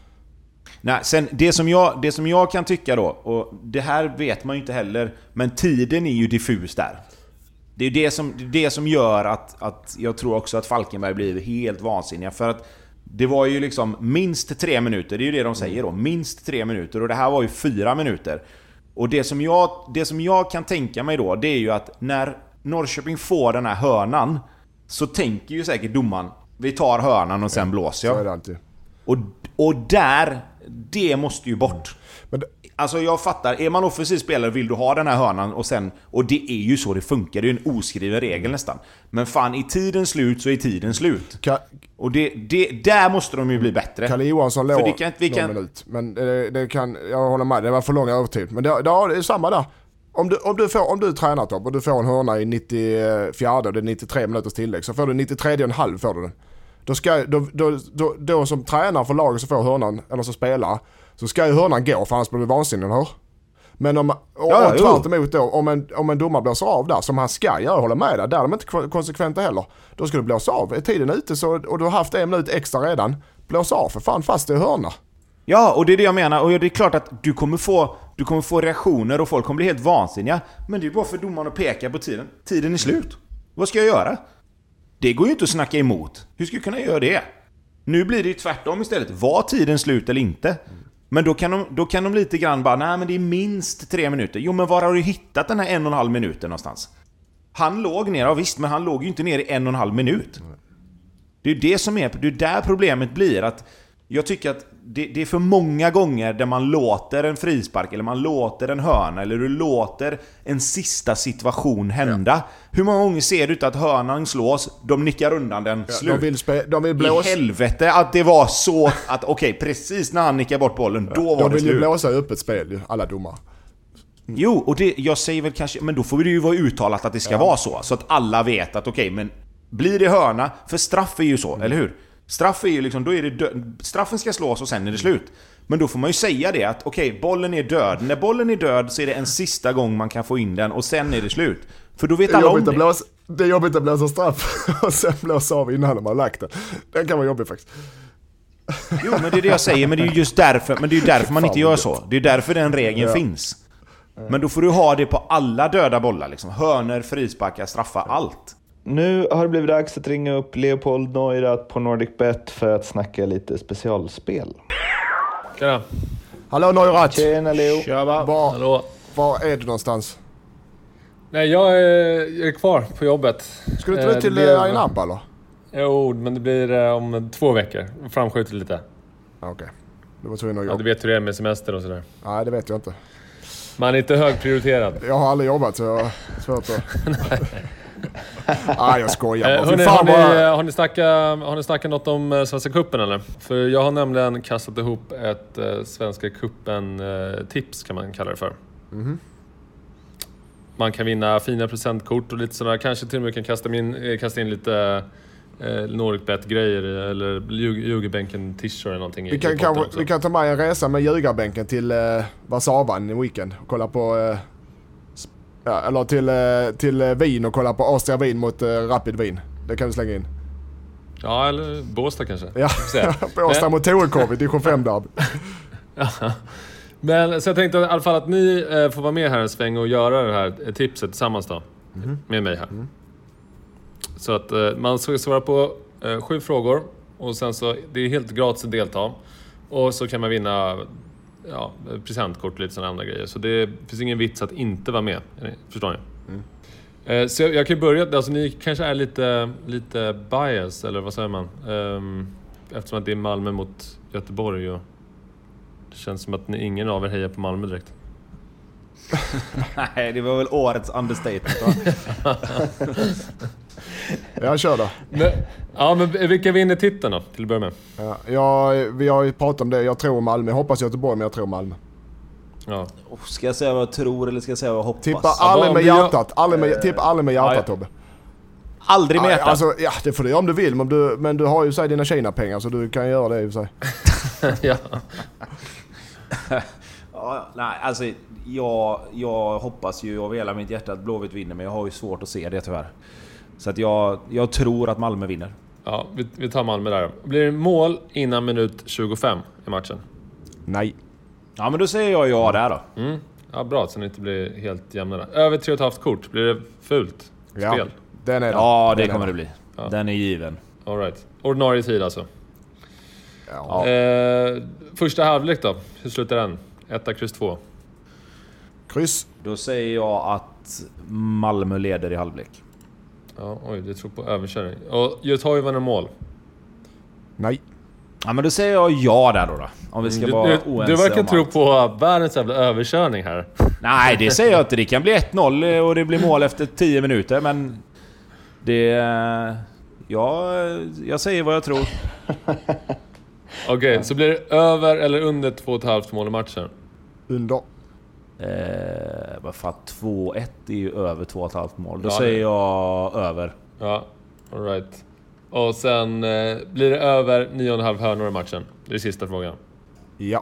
Nej, sen det som, jag, det som jag kan tycka då, och det här vet man ju inte heller, men tiden är ju diffus där. Det är det som, det som gör att, att jag tror också att Falkenberg blir helt vansinniga. För att det var ju liksom minst tre minuter, det är ju det de säger då, minst tre minuter, och det här var ju fyra minuter. Och det som jag, det som jag kan tänka mig då, det är ju att när Norrköping får den här hörnan så tänker ju säkert domaren, vi tar hörnan och sen blåser jag. Så är det alltid. Och, och där, det måste ju bort. Men det... Alltså jag fattar, är man offensiv spelare vill du ha den här hörnan och sen, och det är ju så det funkar, det är ju en oskriven regel nästan. Men fan, i tiden slut så är tiden slut. Ka... Och det, det, där måste de ju bli bättre. Kalle Johansson låg det kan, vi kan... någon minut. Men det, det kan, jag håller med, det var för lång övertid. Men det, det, det är samma där. Om du, om du, får, om du tränar Tom och du får en hörna i nittiofyra och det är nittiotre minuters tillägg, så får du nittiotre och en halv får du den. Då, ska, då, då, då, då som tränare för laget så får hörnan, eller som spelar, så ska ju hörnan gå, för annars blir det vansinnig, hör? Men om, och, ja, och tvärt emot då, om en, om en domare blåser av där, som han ska göra, håller med där, där är de inte konsekventa heller. Då ska du blåsa av. Är tiden ute så, och du har haft en minut extra redan, blåsa av för fan fast det är hörna. Ja, och det är det jag menar. Och det är klart att du kommer få, du kommer få reaktioner och folk kommer bli helt vansinniga. Men det är bara för domaren att peka på tiden. Tiden är slut. Vad ska jag göra? Det går ju inte att snacka emot. Hur ska jag kunna göra det? Nu blir det ju tvärtom istället. Var tiden slut eller inte? Men då kan de, då kan de lite grann bara, nej men det är minst tre minuter. Jo, men var har du hittat den här en och en halv minuten någonstans? Han låg ner, ja visst, men han låg ju inte ner i en och en halv minut. Det är det som är, det är där problemet blir, att jag tycker att det, det är för många gånger där man låter en frispark eller man låter en hörna eller du låter en sista situation hända. Ja. Hur många gånger ser du inte att hörnan slås, de nickar undan den, ja, slut. De vill, spe, de vill blåsa. I helvete att det var så att okej, okay, precis när han nickar bort bollen, då ja, var det slut. De vill ju blåsa upp ett spel ju, alla domar. Mm. Jo, och det, jag säger väl kanske, men då får det ju vara uttalat att det ska ja. vara så, så att alla vet att okej, okay, men blir det hörna, för straff är ju så, mm. eller hur? Straff är ju liksom, då är det dö- straffen ska slås och sen är det slut. Men då får man ju säga det att okej, okay, bollen är död. När bollen är död så är det en sista gång man kan få in den och sen är det slut. För då vet alla om det. Blåsa, det är jobbigt att blåsa straff och sen blåsa av innan de har lagt den. Den kan vara jobbig faktiskt. Jo, men det är det jag säger, men det är ju just därför, men det är ju därför man inte gör så. Det är därför den regeln ja. finns. Men då får du ha det på alla döda bollar liksom. Hörner, frisparkar, straffar, allt. Nu har det blivit dags att ringa upp Leopold Neurath på NordicBet för att snacka lite specialspel. Tjena. Hallå Neurath. Tjena Leo. Tjaba. Var, Hallå. Var är du någonstans? Nej, jag är, jag är kvar på jobbet. Ska du inte ut till blir... Ayia Napa eller? Jo, men det blir om två veckor. Framskjutet lite. Okej. Okay. Det var tvungen att jobba. Ja, du vet hur det är med semester och sådär. Nej, det vet jag inte. Man är inte högprioriterad. Jag har aldrig jobbat så jag har svårt att... ah, jag skojar. Eh, hörni, har, ni, bara... har, ni snackat, har ni snackat något om uh, Svenska Cupen eller? För jag har nämligen kastat ihop ett uh, Svenska Cupen-tips uh, kan man kalla det för. Mm-hmm. Man kan vinna fina presentkort och lite sådär. Kanske till och med kan kasta in, kasta in lite eh, Nordic-bet-grejer eller Ljugerbänken t-shirt eller någonting. Vi kan, kan, vi kan ta med en resa med Ljugerbänken till eh, Warszawan i weekend och kolla på eh, ja, eller till, eh, till eh, Wien och kolla på Austria Wien mot eh, Rapid Wien. Det kan vi slänga in. Ja, eller Båstad kanske. Ja, Båstad mot Torekov i division fem-derby. Men så jag tänkte i alla fall att ni eh, får vara med här en sväng och göra det här tipset tillsammans då. Mm. Med mig här. Mm. Så att eh, man ska svara på eh, sju frågor. Och sen så, det är helt gratis att delta. Och så kan man vinna ja, presentkort och lite sådana andra grejer. Så det finns ingen vits att inte vara med. Förstår ni? Mm. Eh, så jag, jag kan ju börja, alltså ni kanske är lite, lite bias, eller vad säger man? Eh, eftersom att det är Malmö mot Göteborg och det känns som att ni, ingen av er hejar på Malmö direkt. Nej, det var väl årets understatement. Jag kör då. Men, ja, men vilka vinner titeln då, till att börja med? Ja, jag, vi har ju pratat om det. Jag tror Malmö. Jag hoppas Göteborg, men jag tror Malmö. Ja. Oh, ska jag säga vad jag tror eller ska jag säga vad jag hoppas? Tippa aldrig med hjärtat. Aldrig med, tippa aldrig med hjärtat, ja, Tobbe. Aldrig med hjärtat? Alltså, ja, det får du göra om du vill. Men du, men du har ju så dina Kina-pengar så du kan göra det i och för sig. Ja. Ja, nej, alltså jag, jag hoppas ju av hela mitt hjärta att Blåvitt vinner, men jag har ju svårt att se det tyvärr. Så att jag, jag tror att Malmö vinner. Ja, vi, vi tar Malmö där. Blir det mål innan minut tjugofem i matchen? Nej. Ja, men då säger jag ja där då. Mm. Ja, bra, så det inte blir helt jämna där. Över tre och ett halvt kort, blir det fult spel? Ja, den är det. Ja, det den kommer är det bli. Ja. Den är given. All right. Ordinarie tid alltså. Ja. Eh, första halvlek då, hur slutar den? Etta, kryss två. Kryss. Då säger jag att Malmö leder i halvlek. Ja, oj, det tror på överkörning. Och Göteborg vann en mål. Nej. Ja, men då säger jag ja där då, då. Om vi ska du, vara du, oense du verkar om tro allt. på världens jävla överkörning här. Nej, det säger jag inte. Det kan bli ett noll och det blir mål efter tio minuter, men det... Ja, jag säger vad jag tror. Okej, okay, så blir det över eller under två och ett halvt mål i matchen? Under. Eh, vad fan, två ett är ju över två och ett halvt mål. Då ja, säger det. jag över. Ja, all right. Och sen eh, blir det över nio och en halv hörnor i matchen. Det är sista frågan. Ja.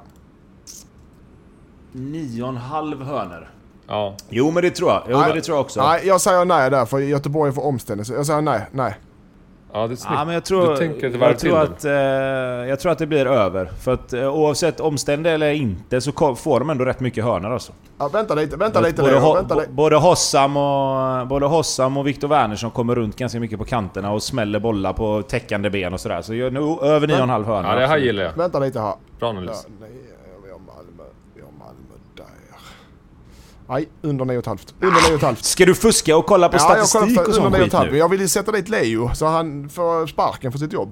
Nio och en halv hörnor. Ja. Jo, men det tror jag. Jo, nej, men det tror jag också. Nej, jag säger nej där, för Göteborg får omställning. Så jag säger nej, nej. Ja, det är snyggt. Ja, men jag tror, du tänker att det jag, tror till att, eh, jag tror att det blir över. För att eh, oavsett omständig eller inte så kom, får de ändå rätt mycket hörnor alltså. Ja, vänta lite, vänta lite. Både, Leo, ho, vänta bo, lite. både Hossam och både Hossam och Victor Werner som kommer runt ganska mycket på kanterna och smäller bollar på täckande ben och sådär. Så jag, nu, över nio och en halv hörnor. Ja, det här gillar jag. Vänta lite här. Bra analys. Ja, nej, vi har Malmö. Vi har Malmö där. Nej, under nio och ett halvt. Under nio och ett halvt. Ska du fuska och kolla på Ja, statistik jag och sånt skit nu? Men jag vill ju sätta dit Leo så han får sparken för sitt jobb.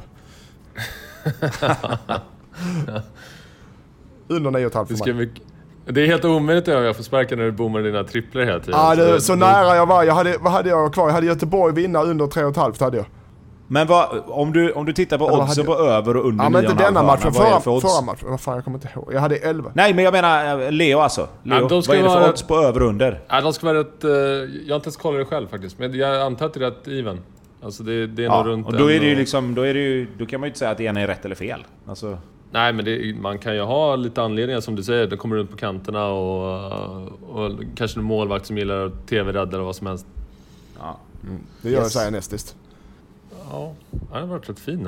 Under nio och ett halvt för mig. Mycket... Det är helt omöjligt att jag får sparken när du bommar dina tripplar hela tiden. Ja, det, så, så det... nära jag var. Jag hade, vad hade jag kvar? Jag hade Göteborg vinna under tre och ett halvt hade jag. Men vad, om, du, om du tittar på oddsen på över och under ja, men inte denna matchen. Förra, för förra matchen. Vad fan, jag kommer inte ihåg. Jag hade elva. Nej, men jag menar Leo alltså. Leo, ja, vad är det för vara... odds på över och under? Ja, de ska vara rätt... Uh, jag har inte ens kollat det själv faktiskt. Men jag antar att det är rätt even. Alltså det, det är ja, nog runt... Och då är det ju och... liksom... Då, är det ju, då kan man ju inte säga att det ena är rätt eller fel. Alltså... Nej, men det, man kan ju ha lite anledningar som du säger. De kommer runt på kanterna och, och kanske en målvakt som gillar tv-rädda eller vad som helst. Ja. Mm. Det gör yes. jag nästiskt. Ja, det har varit rätt fin.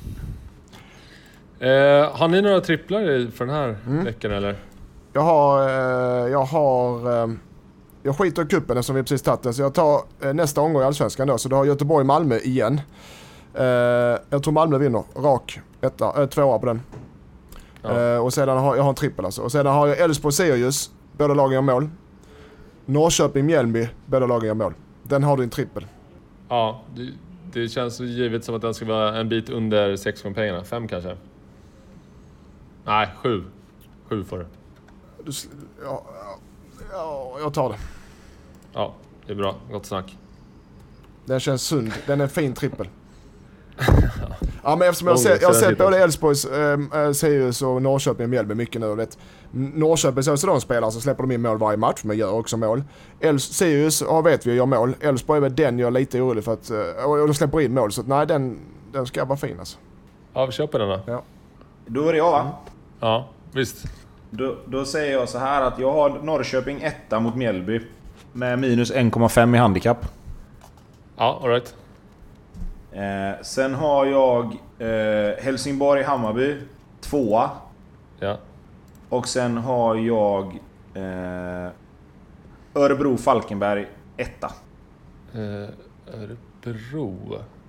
Eh, har ni några tripplar för den här mm. veckan eller? Jag har... Eh, jag har... Eh, jag skiter i kuppen som vi precis tagit den. Så jag tar eh, nästa omgång i Allsvenskan då. Så då har Göteborg-Malmö igen. Eh, jag tror Malmö vinner. Rak. Etta, äh, tvåa på den. Ja. Eh, och sedan har jag har en trippel alltså. Och sedan har jag Elfsborg-Sirius. Båda lagen gör mål. Norrköping-Mjällby. Båda lagen gör mål. Den har du en trippel. Ja, det, det känns så givet som att den ska vara en bit under sex gånger pengarna. Fem kanske. Nej, sju. Sju får du. du ja, ja, jag tar det. Ja, det är bra. Gott snack. Den känns sund. Den är en fin trippel. Ja, men eftersom jag, ser, jag har sett både Elfsborgs, äh, Sirius och Norrköping och Mjällby mycket nu. Vet. Norrköping så är de spelare så släpper de in mål varje match, men gör också mål. Els, Sirius ja, vet vi gör mål. Elfsborg är väl den jag är lite orolig för att, och de släpper in mål. Så nej, den, den ska vara fin alltså. Ja, vi kör på den då. Ja. Då är det jag va? Ja, visst. Då, då säger jag så här att jag har Norrköping etta mot Mjällby. Med minus en komma fem i handikapp. Ja, all right. Eh, sen har jag eh, Helsingborg-Hammarby tvåa. Ja. Och sen har jag eh, Örebro-Falkenberg etta. Eh, Örebro.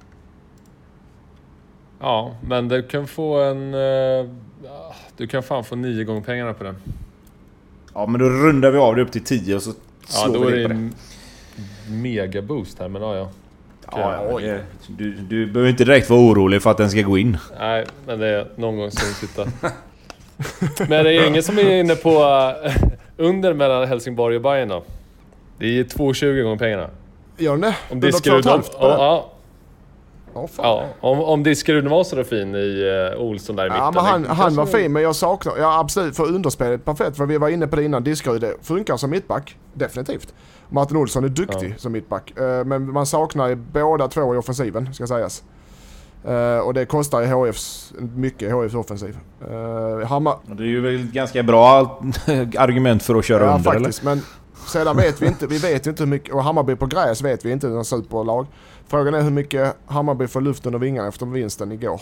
Ja, men du kan få en... Eh, du kan fan få nio gånger pengarna på den. Ja, men då rundar vi av det upp till tio och så slår Ja, då vi är det det på en det. mega boost här, men ja, ja. Ja, ja, det, du, du behöver inte direkt vara orolig för att den ska gå in. Nej, men det är någon gång ska den sitta. Men det är ingen som är inne på uh, under mellan Helsingborg och Bayern då? Det är två komma tjugo gånger pengarna. Gör den det? Om Diskerud var, Ja, ja, fan. ja, om, om Diskerud var så fin i uh, Olsson där i mitten. Ja, men han, det, han var kanske- fin, men jag saknar... Ja, absolut. För underspelet perfekt. För vi var inne på det innan. Diskerud det funkar som mittback. Definitivt. Martin Olsson är duktig Ja. som mittback. Eh, Men man saknar ju båda två i offensiven, ska sägas. Eh, Och det kostar i H Fs, mycket i H Fs offensiv. Eh, Hammar... Det är ju väl ett ganska bra argument för att köra Ja, under, faktiskt. Men sedan vet vi inte, vi vet inte hur mycket... Och Hammarby på gräs vet vi inte, någon superlag. Frågan är hur mycket Hammarby får luften och vingarna efter vinsten igår.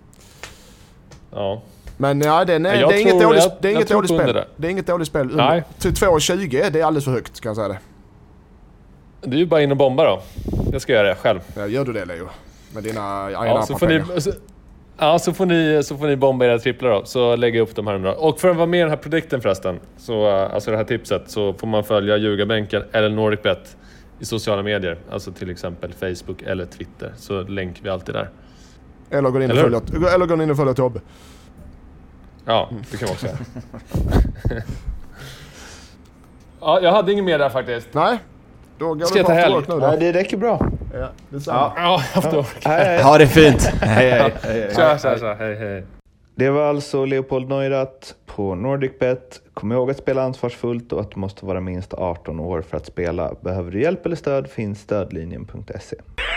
Ja. Men ja, den är, Ja, jag det är inget tror- dåligt, jag- det är jag inget tror dåligt på under spel. det. Det är inget dåligt spel. Nej. Till två komma tjugo, det är alldeles för högt, kan jag säga det. Du är ju bara in och bomba då. Jag ska göra det själv. Ja, gör du det, Leo? Med dina Ja, ja, så får ni, så, ja, så får ni, så får ni bomba era tripplar då. Så lägger jag upp de här nu då. Och för att vara med i den här produkten förresten, så, uh, alltså det här tipset, så får man följa Ljugarbänken eller NordicBet i sociala medier. Alltså till exempel Facebook eller Twitter. Så länkar vi alltid där. Eller gå in och Eller följa, eller gå in och följa Tobbe. Ja, det kan vi också göra. Ja, jag hade inget mer där faktiskt. Nej, då går Ska du jag ta på helg? work nu då. Nej, det räcker bra. Ja, detsamma. Ja. Ja, jag har haft Hej, hej. Ha det fint! Hej, hej, hej. Tja, tja, tja. Hej, hej. Det var alltså Leopold Neurath på NordicBet. Kom ihåg att spela ansvarsfullt och att du måste vara minst arton år för att spela. Behöver du hjälp eller stöd finns stödlinjen punkt se.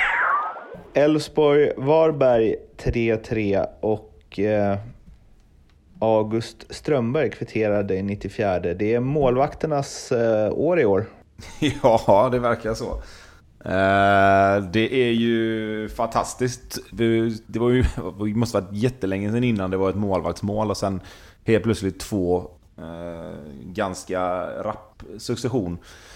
Elfsborg-Varberg tre tre och eh, August Strömberg kvitterade i nittiofyra. Det är målvakternas eh, år i år. Ja, det verkar så. Eh, det är ju fantastiskt. Det var ju, det måste varit jättelänge sedan innan det var ett målvaktsmål och sen helt plötsligt två eh, ganska rapp succession.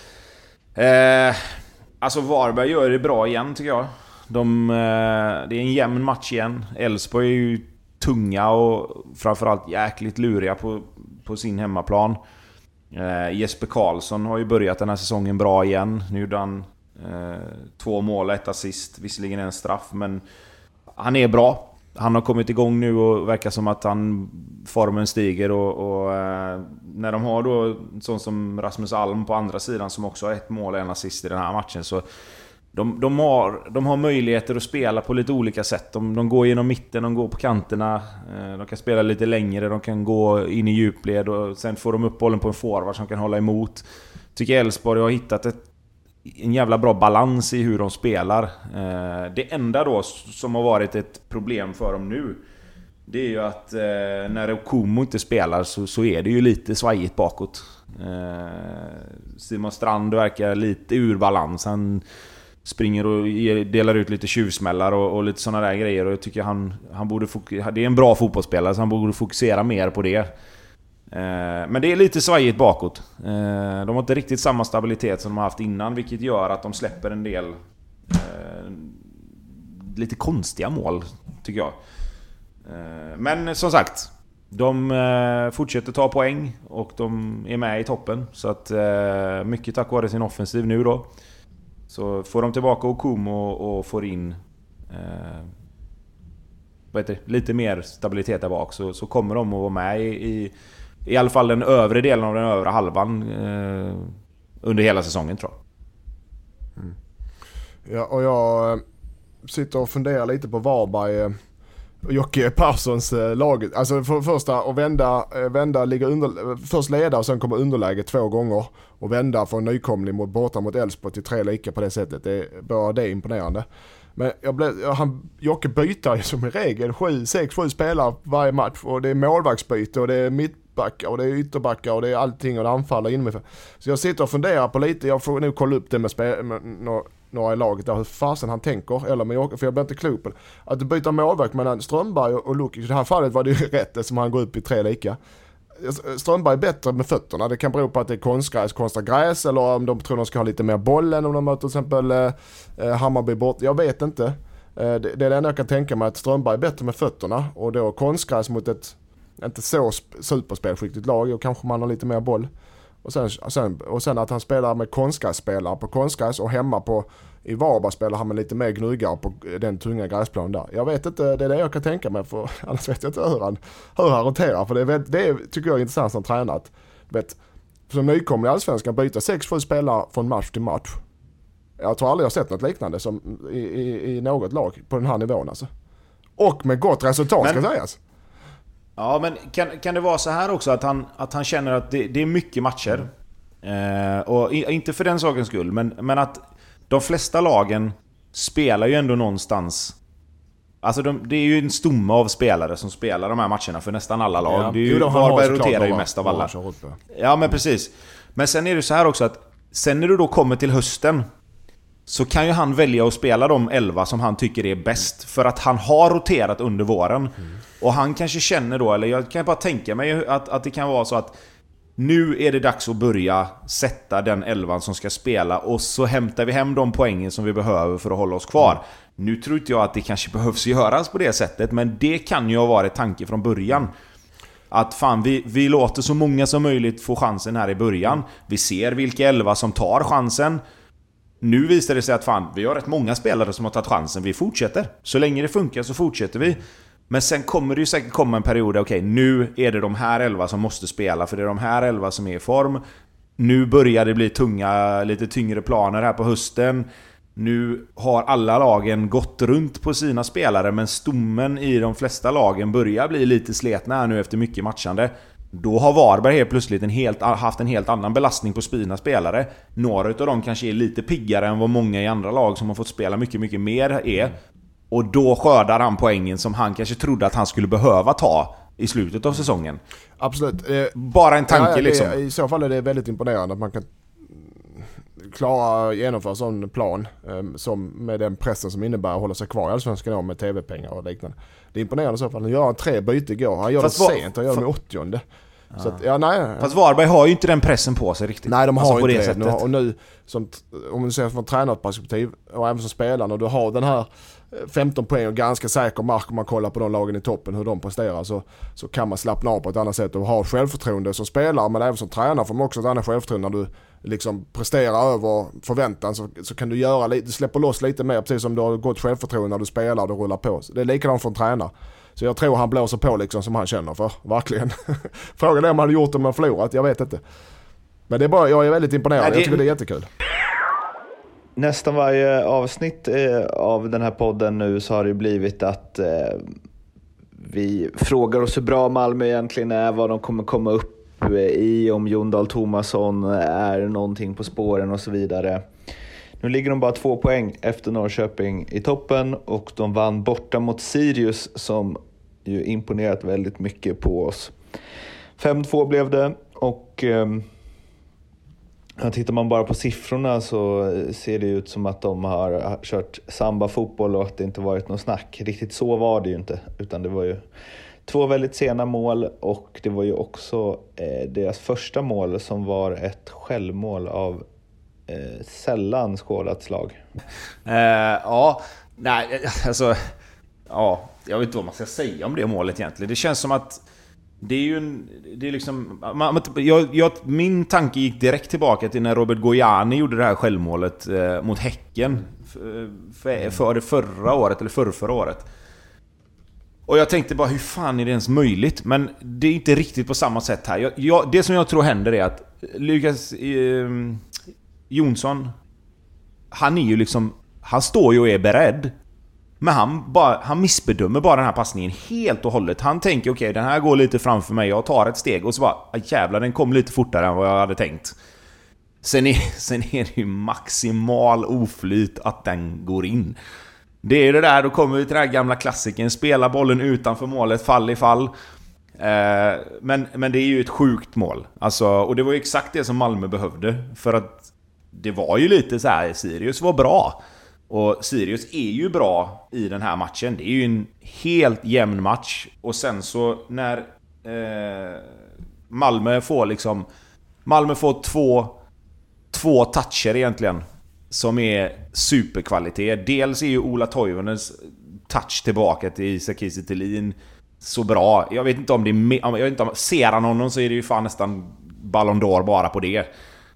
Eh, alltså Varberg gör det bra igen tycker jag. De, eh, det är en jämn match igen. Elfsborg är ju tunga och framförallt jäkligt luriga på, på sin hemmaplan. Eh, Jesper Karlsson har ju börjat den här säsongen bra igen. Nu gjorde han eh, två mål, ett assist, visserligen en straff, men han är bra. Han har kommit igång nu och verkar som att han formen stiger och, och eh, när de har då sån som Rasmus Alm på andra sidan som också har ett mål och en assist i den här matchen, så de, de, har, de har möjligheter att spela på lite olika sätt. De, de går genom mitten, de går på kanterna, eh, de kan spela lite längre, de kan gå in i djupled och sen får de upp bollen på en forward som kan hålla emot. Tycker Elfsborg har hittat ett, en jävla bra balans i hur de spelar. Eh, det enda då som har varit ett problem för dem nu, det är ju att eh, när Okumo inte spelar så, så är det ju lite svajigt bakåt. Eh, Simon Strand verkar lite ur balans. Han springer och ger, delar ut lite tjuvsmällar och, och lite såna där grejer, och jag tycker han, han borde fokusera, det är en bra fotbollsspelare så han borde fokusera mer på det. Eh, men det är lite svajigt bakåt. Eh, de har inte riktigt samma stabilitet som de har haft innan, vilket gör att de släpper en del eh, lite konstiga mål tycker jag. Eh, men som sagt, de eh, fortsätter ta poäng och de är med i toppen, så att eh, mycket tack vare sin offensiv nu då. Så får de tillbaka Okumo och, och får in eh, vad heter det, lite mer stabilitet där bak, så, så kommer de att vara med i, i i alla fall den övre delen av den övre halvan eh, under hela säsongen tror jag. Mm. Ja, och jag eh, sitter och funderar lite på Varberg eh, och Jocke Perssons eh, lag. Alltså för första att vända, eh, vända ligga under, först leda och sen kommer underläge två gånger och vända från nykomling mot borta mot Elfsborg till tre lika på det sättet. Det är bara det är imponerande. Men jag blev, han, Jocke byter ju som i regel sju, sex, sju spelare varje match. Och det är målvaktsbyte och det är mittbackar och det är ytterbackar och det är allting och det anfaller inomifrån. Så jag sitter och funderar på lite, jag får nu kolla upp det med, spel, med några, några i laget där, hur fasen han tänker. Eller med Jocke, för jag blir inte klok på det. Att du byter målvakt mellan Strömberg och, och Lukic. I det här fallet var det ju rätt som han går upp i tre lika. Strömberg är bättre med fötterna. Det kan bero på att det är konstgräs kontra gräs eller om de tror de ska ha lite mer bollen om de möter till exempel eh, Hammarby bort. Jag vet inte. Eh, det, det är det enda jag kan tänka mig, att Strömberg är bättre med fötterna och då konstgräs mot ett inte så superspelskickligt lag och kanske man har lite mer boll. Och sen, sen, och sen att han spelar med konstgrässpelare på konstgräs och hemma på i Varberg spelar han med lite mer gnuggar på den tunga gräsplanen där. Jag vet inte, det är det jag kan tänka mig, för annars vet jag inte hur han, hur han roterar. För det, är, det är, tycker jag är intressant som tränat. Vet, som nykomling i Allsvenskan byta sex sju spelare från match till match. Jag tror aldrig jag har sett något liknande som i, i, i något lag på den här nivån alltså. Och med gott resultat men, ska sägas. Ja, men kan, kan det vara så här också att han, att han känner att det, det är mycket matcher. Mm. Eh, och inte för den sakens skull, men, men att de flesta lagen spelar ju ändå någonstans. Alltså de, det är ju en stomme av spelare som spelar de här matcherna för nästan alla lag. Ja, det är ju, Varberg roterar ju mest av alla. Ja, men precis. Men sen är det så här också att sen när du då kommer till hösten så kan ju han välja att spela de elva som han tycker är bäst. För att han har roterat under våren. Mm. Och han kanske känner då, eller jag kan bara tänka mig att, att det kan vara så att nu är det dags att börja sätta den elvan som ska spela. Och så hämtar vi hem de poängen som vi behöver för att hålla oss kvar. Mm. Nu tror inte jag att det kanske behövs göras på det sättet. Men det kan ju ha varit tanke från början. Att fan, vi, vi låter så många som möjligt få chansen här i början. Vi ser vilka elva som tar chansen. Nu visar det sig att fan, vi har rätt många spelare som har tagit chansen. Vi fortsätter. Så länge det funkar så fortsätter vi. Men sen kommer det ju säkert komma en period där okej, okay, nu är det de här elva som måste spela. För det är de här elva som är i form. Nu börjar det bli tunga, lite tyngre planer här på hösten. Nu har alla lagen gått runt på sina spelare. Men stommen i de flesta lagen börjar bli lite sletna här nu efter mycket matchande. Då har Varberg helt plötsligt en helt, haft en helt annan belastning på sina spelare. Några av dem kanske är lite piggare än vad många i andra lag som har fått spela mycket, mycket mer är. Och då skördar han poängen som han kanske trodde att han skulle behöva ta i slutet av säsongen. Absolut. Bara en tanke ja, liksom. I så fall är det väldigt imponerande att man kan klara genomföra en sån plan som med den pressen som innebär att hålla sig kvar i Allsvenskan med tv-pengar och liknande. Det är imponerande i så fall. Han gör tre byte igår. Han gör Fast det var, sent och gör det med åttionde. Ja. Så att, ja, nej. Fast Varberg har ju inte den pressen på sig riktigt. Nej, de har alltså inte det. Nu, och nu, som, om man ser från tränarperspektiv och även som spelare, och du har den här femton poäng och ganska säker mark om man kollar på de lagen i toppen, hur de presterar, så, så kan man slappna av på ett annat sätt och ha självförtroende som spelare, men även som tränare får man också ett annat självförtroende. När du liksom presterar över förväntan så, så kan du göra lite, du släpper loss lite mer, precis som du har gott självförtroende när du spelar och du rullar på. Så det är likadant för en tränare. Så jag tror han blåser på liksom som han känner för, verkligen. Frågan är om han hade gjort det om han förlorat, jag vet inte. Men det är bara, jag är väldigt imponerad, Nej, det... jag tycker det är jättekul. Nästan varje avsnitt eh, av den här podden nu så har det blivit att eh, vi frågar oss hur bra Malmö egentligen är, vad de kommer komma upp i, om Jon Dahl Tomasson är någonting på spåren och så vidare. Nu ligger de bara två poäng efter Norrköping i toppen och de vann borta mot Sirius som ju imponerat väldigt mycket på oss. fem två blev det och eh, tittar man bara på siffrorna så ser det ut som att de har kört samba-fotboll och att det inte varit något snack. Riktigt så var det ju inte, utan det var ju två väldigt sena mål och det var ju också eh, deras första mål som var ett självmål av Eh, sällan skådat slag. Eh, ja, nej, alltså ja, jag vet inte vad man ska säga om det målet egentligen. Det känns som att det är ju en, det är liksom man, jag, jag, min tanke gick direkt tillbaka till när Robert Gojani gjorde det här självmålet eh, mot Häcken för, för, för det förra året eller förra, förra året. Och jag tänkte bara, hur fan är det ens möjligt? Men det är inte riktigt på samma sätt här. Jag, jag, det som jag tror händer är att Lukas eh, Jonsson, han är ju liksom, han står ju och är beredd, men han, bara, han missbedömer bara den här passningen helt och hållet. Han tänker okej, okay, den här går lite framför mig, jag tar ett steg och så bara, jävlar, den kom lite fortare än vad jag hade tänkt. Sen är, sen är det ju maximal oflyt att den går in. Det är ju det där, då kommer vi till den här gamla klassiken. Spela bollen utanför målet, fall i fall. Eh, men, men det är ju ett sjukt mål. Alltså, och det var ju exakt det som Malmö behövde. För att det var ju lite så här, Sirius var bra. Och Sirius är ju bra i den här matchen. Det är ju en helt jämn match. Och sen så när eh, Malmö får liksom Malmö får två Två toucher egentligen som är superkvalitet. Dels är ju Ola Toivonens touch tillbaka till Isak Kiese Thelin så bra. Jag vet inte om det är, jag vet inte om ser han honom så är det ju fan nästan Ballon d'Or bara på det.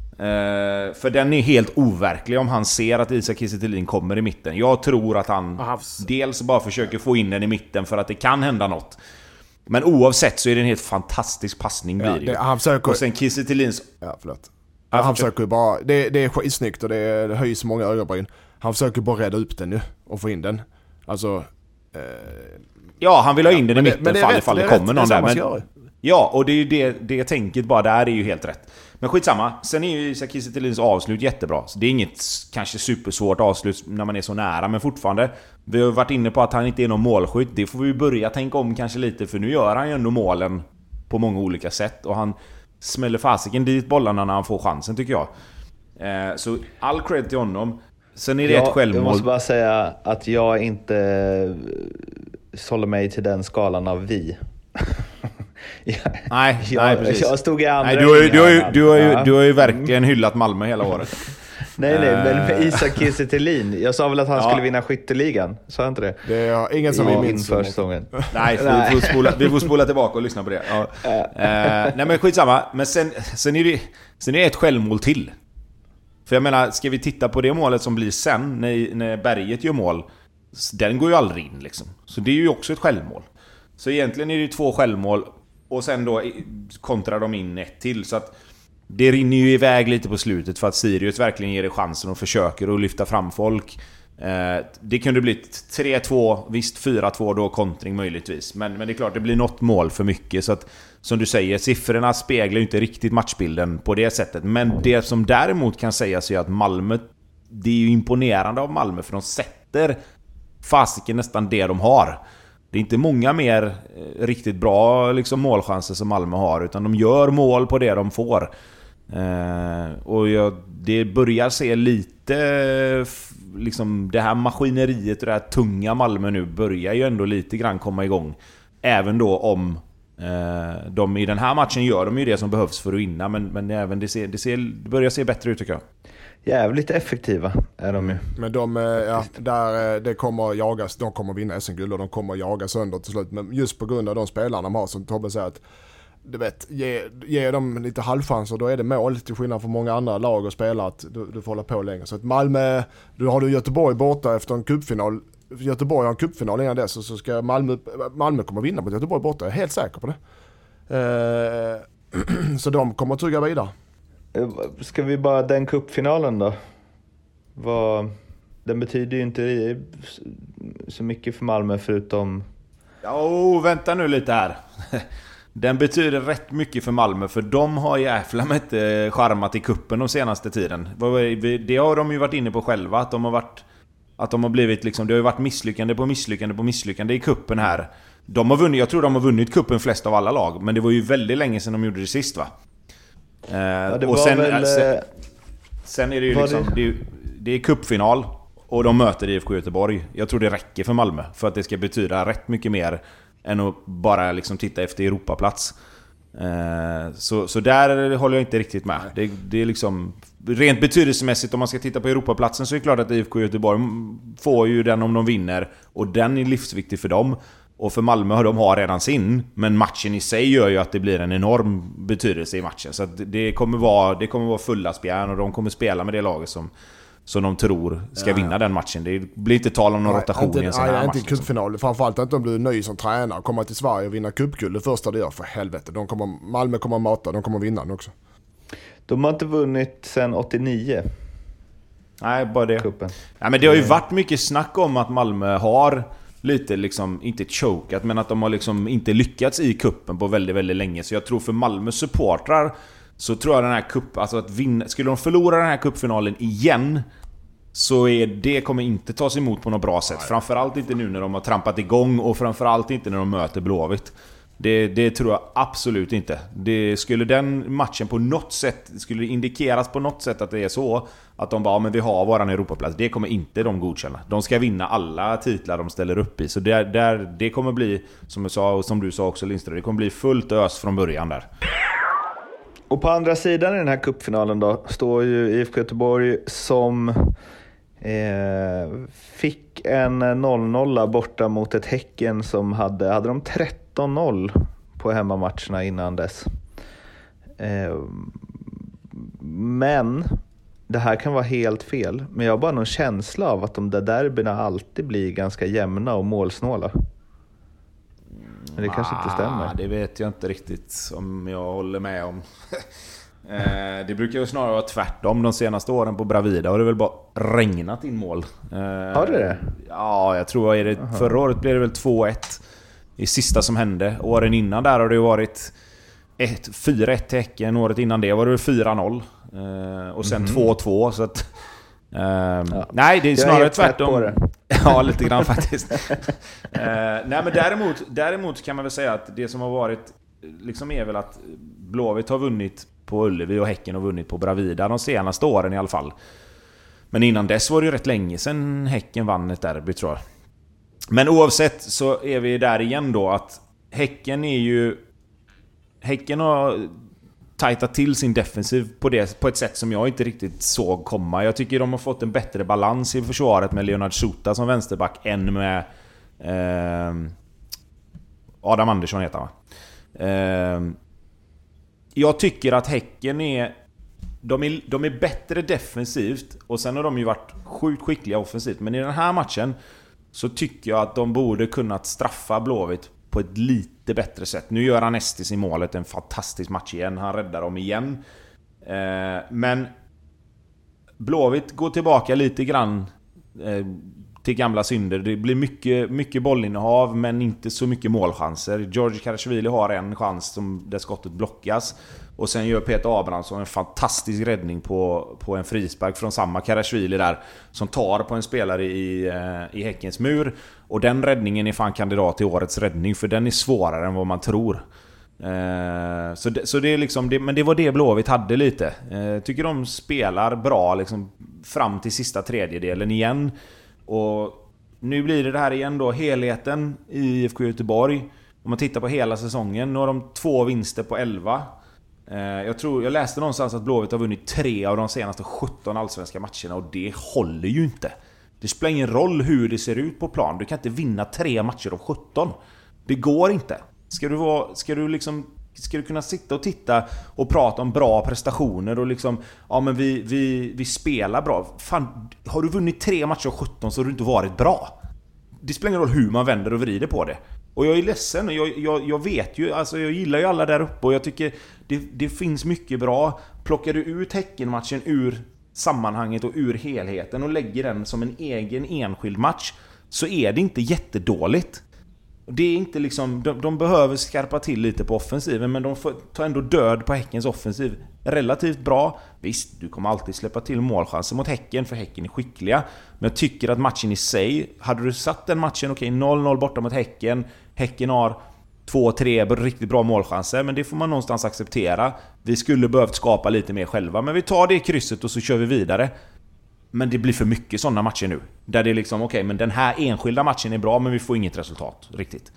Uh, för den är helt overklig om han ser att Isak Kiese Thelin kommer i mitten. Jag tror att han Ahavs. dels bara försöker få in den i mitten för att det kan hända något. Men oavsett så är det en helt fantastisk passning blir ja, det, det han försöker... Och sen Kiese Thelins... Ja, förlåt. Ja, han försöker ju bara, det, det är skitsnyggt och det, det höjs många ögonbryn. Han försöker bara rädda upp den nu och få in den. Alltså... Eh, ja, han vill ha in ja, den i mitten det, fall ifall det, det kommer rätt, någon det där. Men, ja, och det är ju det, det tänket bara där är ju helt rätt. Men skitsamma, sen är ju Isak Kiese Thelins avslut jättebra. Så det är inget kanske supersvårt avslut när man är så nära, men fortfarande. Vi har varit inne på att han inte är någon målskytt. Det får vi börja tänka om kanske lite, för nu gör han ju ändå målen på många olika sätt. Och han smäller fasiken dit bollarna när han får chansen, tycker jag. Eh, så all cred till honom. Sen är det ja, ett självmål. Jag måste bara säga att jag inte håller mig till den skalan av vi. jag, nej, jag, nej, precis. Jag stod i andra. Nej, du, har ju, du, har ju, du, har ju, du har ju verkligen hyllat Malmö hela året. nej, nej, men med Isak Kiese Thelin. Jag sa väl att han ja. skulle vinna skytteligan. Sa jag inte det? Det är ingen som ja, minns inför säsongen. Nej, vi får, spola, vi får spola tillbaka och lyssna på det. Ja. uh, nej, men skitsamma. Men sen, sen, är det, sen är det ett självmål till. För jag menar, ska vi titta på det målet som blir sen när, när Berget gör mål, den går ju aldrig in liksom. Så det är ju också ett självmål. Så egentligen är det två självmål och sen då kontrar de in ett till. Så att det rinner ju iväg lite på slutet för att Sirius verkligen ger det chansen och försöker att lyfta fram folk. Eh, det kunde bli tre två, visst fyra två då kontring möjligtvis. Men, men det är klart, det blir något mål för mycket. Så att, som du säger, siffrorna speglar ju inte riktigt matchbilden på det sättet. Men det som däremot kan sägas är att Malmö, det är ju imponerande av Malmö, för de sätter fasiken nästan det de har. Det är inte många mer eh, riktigt bra liksom, målchanser som Malmö har, utan de gör mål på det de får. Eh, och jag, det börjar se lite liksom, det här maskineriet och det här tunga Malmö nu börjar ju ändå lite grann komma igång. Även då om eh, de i den här matchen gör de ju det som behövs för att vinna, men, men även det, ser, det, ser, det börjar se bättre ut, tycker jag. Jävligt effektiva är de ju. Men de, ja, där, det kommer jagas, de kommer vinna S M-guld och de kommer jagas sönder till slut. Men just på grund av de spelarna de har, som Tobbe säger, att du vet, ge, ge dem lite halvchanser, då är det mål, till skillnad från många andra lag och spelare, att du, du får hålla på länge. Så att Malmö, du har du Göteborg borta efter en cupfinal. Göteborg har en cupfinal innan dess, och så ska Malmö, Malmö kommer vinna på Göteborg borta, jag är helt säker på det. Eh, så de kommer att tugga vidare. Ska vi bara, den cupfinalen då? Vad, den betyder ju inte så mycket för Malmö förutom... Ja, oh, vänta nu lite här. Den betyder rätt mycket för Malmö, för de har jävla med inte charmat i kuppen de senaste tiden. Det har de ju varit inne på själva, att de har varit att de har blivit liksom, det har ju varit misslyckande på misslyckande på misslyckande i kuppen här. De har vunnit, jag tror de har vunnit kuppen flest av alla lag, men det var ju väldigt länge sedan de gjorde det sist, va? Ja, det och var sen, väl, sen, sen är det ju liksom det? Det, är, det är cupfinal och de möter I F K Göteborg. Jag tror det räcker för Malmö för att det ska betyda rätt mycket mer än att bara liksom titta efter Europaplats. Så, så där håller jag inte riktigt med. Det, det är liksom rent betydelsemässigt, om man ska titta på Europaplatsen, så är det klart att I F K Göteborg får ju den om de vinner, och den är livsviktig för dem. Och för Malmö har de har redan sin, men matchen i sig gör ju att det blir en enorm betydelse i matchen. Så att det kommer vara, det kommer vara fulla spjärn, och de kommer spela med det laget som, som de tror ska ja, vinna ja. den matchen. Det blir inte tal om någon nej, rotation inte, i en sån här nej, match. Inte cupfinal. Framförallt inte om du är ny som tränare och kommer till Sverige och vinna cupguld. Det första det gör, för helvete. De kommer, Malmö kommer att mata, de kommer att vinna den också. De har inte vunnit sedan åttionio. Nej, bara det. Kuppen. Nej, men det har ju varit mycket snack om att Malmö har lite liksom, inte chokat, men att de har liksom inte lyckats i kuppen på väldigt, väldigt länge. Så jag tror för Malmö supportrar så tror jag den här kupp, alltså att vinna, skulle de förlora den här kuppfinalen igen, så är det kommer inte tas emot på något bra sätt. Framförallt inte nu när de har trampat igång och framförallt inte när de möter Blåvitt. Det, det tror jag absolut inte. Det skulle den matchen på något sätt, skulle det indikeras på något sätt att det är så att de bara, ja, men vi har våran Europaplats. Det kommer inte de godkänna. De ska vinna alla titlar de ställer upp i. Så där, där, det kommer bli, som jag sa och som du sa också Lindström, det kommer bli fullt ös från början där. Och på andra sidan i den här cupfinalen då står ju I F K Göteborg som eh, fick en noll noll borta mot ett Häcken som hade, hade de tretton noll på hemmamatcherna innan dess. Eh, men det här kan vara helt fel. Men jag har bara någon känsla av att de där derbyna alltid blir ganska jämna och målsnåla. Men det kanske inte stämmer. Det vet jag inte riktigt om jag håller med om. eh, det brukar ju snarare vara tvärtom. De senaste åren på Bravida har det väl bara regnat in mål. Eh, har det det? Ja, jag tror att det, förra året blev det väl två ett i sista som hände. Åren innan där har det ju varit fyra ett till Häcken. Året innan det var det fyra noll. Eh, och sen mm. två två. Så att, eh, ja. Nej, det är snarare är tvärtom. Ja, lite grann faktiskt. uh, nej, men däremot, däremot kan man väl säga att det som har varit liksom är väl att Blåvitt har vunnit på Ullevi och Häcken har vunnit på Bravida de senaste åren i alla fall. Men innan dess var det ju rätt länge sedan Häcken vann ett derby, tror jag. Men oavsett så är vi där igen då att Häcken är ju Häcken har tajtat till sin defensiv på, det, på ett sätt som jag inte riktigt såg komma. Jag tycker de har fått en bättre balans i försvaret med Leonard Sota som vänsterback än med eh, Adam Andersson heter han. Eh, jag tycker att Häcken är de, är de är bättre defensivt och sen har de ju varit sjukt skickliga offensivt. Men i den här matchen så tycker jag att de borde kunnat straffa Blåvitt på ett lite bättre sätt. Nu gör han Estis i målet, en fantastisk match igen. Han räddar dem igen. Eh, men Blåvitt går tillbaka lite grann eh, till gamla synder. Det blir mycket, mycket bollinnehav men inte så mycket målchanser. George Karashvili har en chans som där skottet blockas. Och sen gör Peter Abrahamsson en fantastisk räddning på, på en frispark från samma Karashvili där som tar på en spelare i, i Häckens mur. Och den räddningen är fan kandidat till årets räddning för den är svårare än vad man tror. Eh, så det, så det är liksom det, men det var det Blåvitt hade lite. Eh, tycker de spelar bra liksom fram till sista tredjedelen igen. Och nu blir det det här igen då, helheten i I F K Göteborg. Om man tittar på hela säsongen, nu har de två vinster på elva. Jag tror, jag läste någonstans att Blåvitt har vunnit tre av de senaste sjutton allsvenska matcherna och det håller ju inte. Det spelar ingen roll hur det ser ut på plan. Du kan inte vinna tre matcher av sjutton. Det går inte. Ska du vara, ska du liksom ska du kunna sitta och titta och prata om bra prestationer och liksom ja men vi vi vi spelar bra. Fan, har du vunnit tre matcher av sjutton så har du inte varit bra. Det spelar ingen roll hur man vänder och vrider på det. Och jag är ledsen, jag, jag, jag vet ju, alltså jag gillar ju alla där uppe och jag tycker det, det finns mycket bra. Plockar du ut Häckenmatchen ur sammanhanget och ur helheten och lägger den som en egen enskild match så är det inte jättedåligt. Det är inte liksom, de, de behöver skarpa till lite på offensiven men de får, tar ändå död på Häckens offensiv relativt bra. Visst, du kommer alltid släppa till målchanser mot Häcken för Häcken är skickliga. Men jag tycker att matchen i sig, hade du satt den matchen, okej, noll noll borta mot Häcken. Häcken har två tre riktigt bra målchanser, men det får man någonstans acceptera. Vi skulle behövt skapa lite mer själva, men vi tar det i krysset och så kör vi vidare. Men det blir för mycket sådana matcher nu. Där det är liksom, okej, men den här enskilda matchen är bra, men vi får inget resultat riktigt.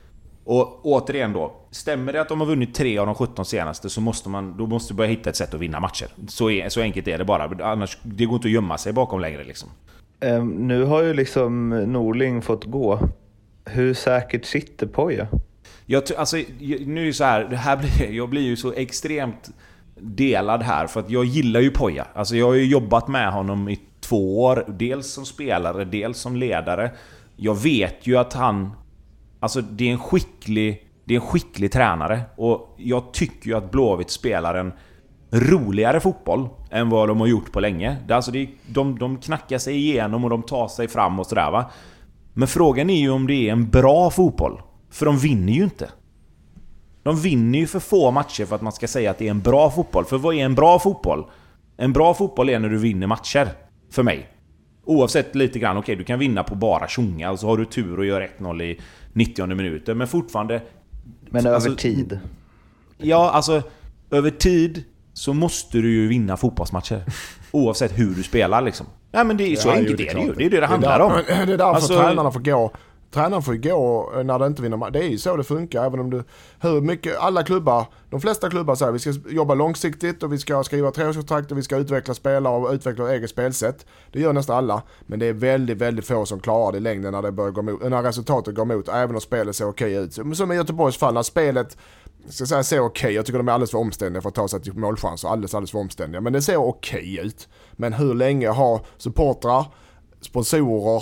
Och återigen då, stämmer det att de har vunnit tre av de sjutton senaste så måste man, då måste du börja hitta ett sätt att vinna matcher. Så, är, så enkelt är det bara. Annars, det går inte att gömma sig bakom längre liksom. Um, nu har ju liksom Norling fått gå. Hur säkert sitter Poja? Jag, alltså, nu är det så här, det här blir, jag blir ju så extremt delad här för att jag gillar ju Poja. Alltså jag har ju jobbat med honom i två år, dels som spelare, dels som ledare. Jag vet ju att han, alltså det är en skicklig, det är en skicklig tränare och jag tycker ju att Blåvitt spelar en roligare fotboll än vad de har gjort på länge. Det, alltså det, de, de knackar sig igenom och de tar sig fram och sådär va. Men frågan är ju om det är en bra fotboll. För de vinner ju inte. De vinner ju för få matcher för att man ska säga att det är en bra fotboll. För vad är en bra fotboll? En bra fotboll är när du vinner matcher. För mig. Oavsett lite grann, okej okay, du kan vinna på bara tjonga och så har du tur och gör ett noll i nittionde minuter, men fortfarande... Men alltså, över tid? Ja, alltså över tid så måste du ju vinna fotbollsmatcher. Oavsett hur du spelar liksom. Nej men det är så enkelt det är det ju. Det är det det handlar om. Det är därför alltså, tränarna får gå. Tränaren får gå när det inte vinner. Det är ju så det funkar. Även om du, hur mycket, alla klubbar, de flesta klubbar säger vi ska jobba långsiktigt och vi ska skriva treårskontrakt och vi ska utveckla spelare och utveckla eget spelsätt. Det gör nästan alla. Men det är väldigt, väldigt få som klarar det i längden när, det börjar gå mot, när resultatet går emot. Även om spelet ser okej ut. Som i Göteborgs fall, när spelet ska säga, ser okej. Jag tycker de är alldeles för omständiga för att ta sig till målchanser. Alldeles, alldeles för omständiga. Men det ser okej ut. Men hur länge har supportrar, sponsorer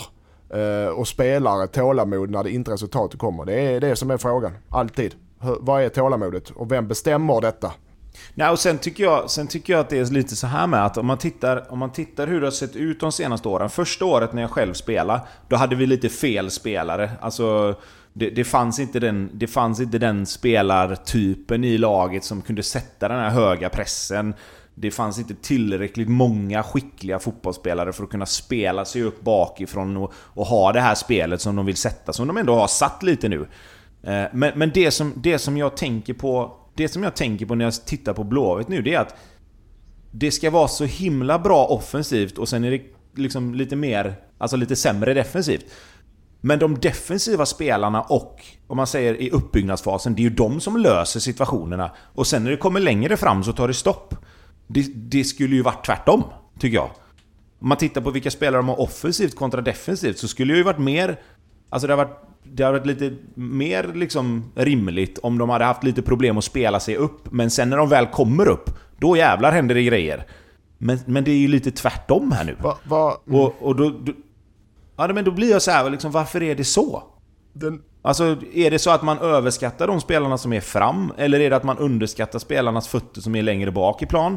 och spelare tålamod när det inte resultatet kommer? Det är det som är frågan. Alltid. Hur, vad är tålamodet? Och vem bestämmer detta? Nej, och sen tycker jag, sen tycker jag att det är lite så här med att om man tittar, om man tittar hur det har sett ut de senaste åren. Första året när jag själv spelade, då hade vi lite fel spelare. Alltså det, det, fanns inte den, det fanns inte den spelartypen i laget som kunde sätta den här höga pressen. Det fanns inte tillräckligt många skickliga fotbollsspelare för att kunna spela sig upp bakifrån och, och ha det här spelet som de vill sätta, som de ändå har satt lite nu. Men, men det, som, det som jag tänker på det som jag tänker på när jag tittar på Blåvitt nu, det är att det ska vara så himla bra offensivt och sen är det liksom lite mer, alltså lite sämre defensivt. Men de defensiva spelarna och, om man säger i uppbyggnadsfasen, det är ju de som löser situationerna. Och sen när det kommer längre fram så tar det stopp. Det, det skulle ju varit tvärtom, tycker jag. Om man tittar på vilka spelare de har offensivt kontra defensivt, så skulle det ju varit mer, alltså det har varit, det har varit lite mer liksom rimligt om de hade haft lite problem att spela sig upp. Men sen när de väl kommer upp, då jävlar händer det grejer. Men, men det är ju lite tvärtom här nu. Va, va, mm. Och, och då, då, ja, men då blir jag så här, liksom, varför är det så? Den... Alltså, är det så att man överskattar de spelarna som är fram? Eller är det att man underskattar spelarnas fötter som är längre bak i plan?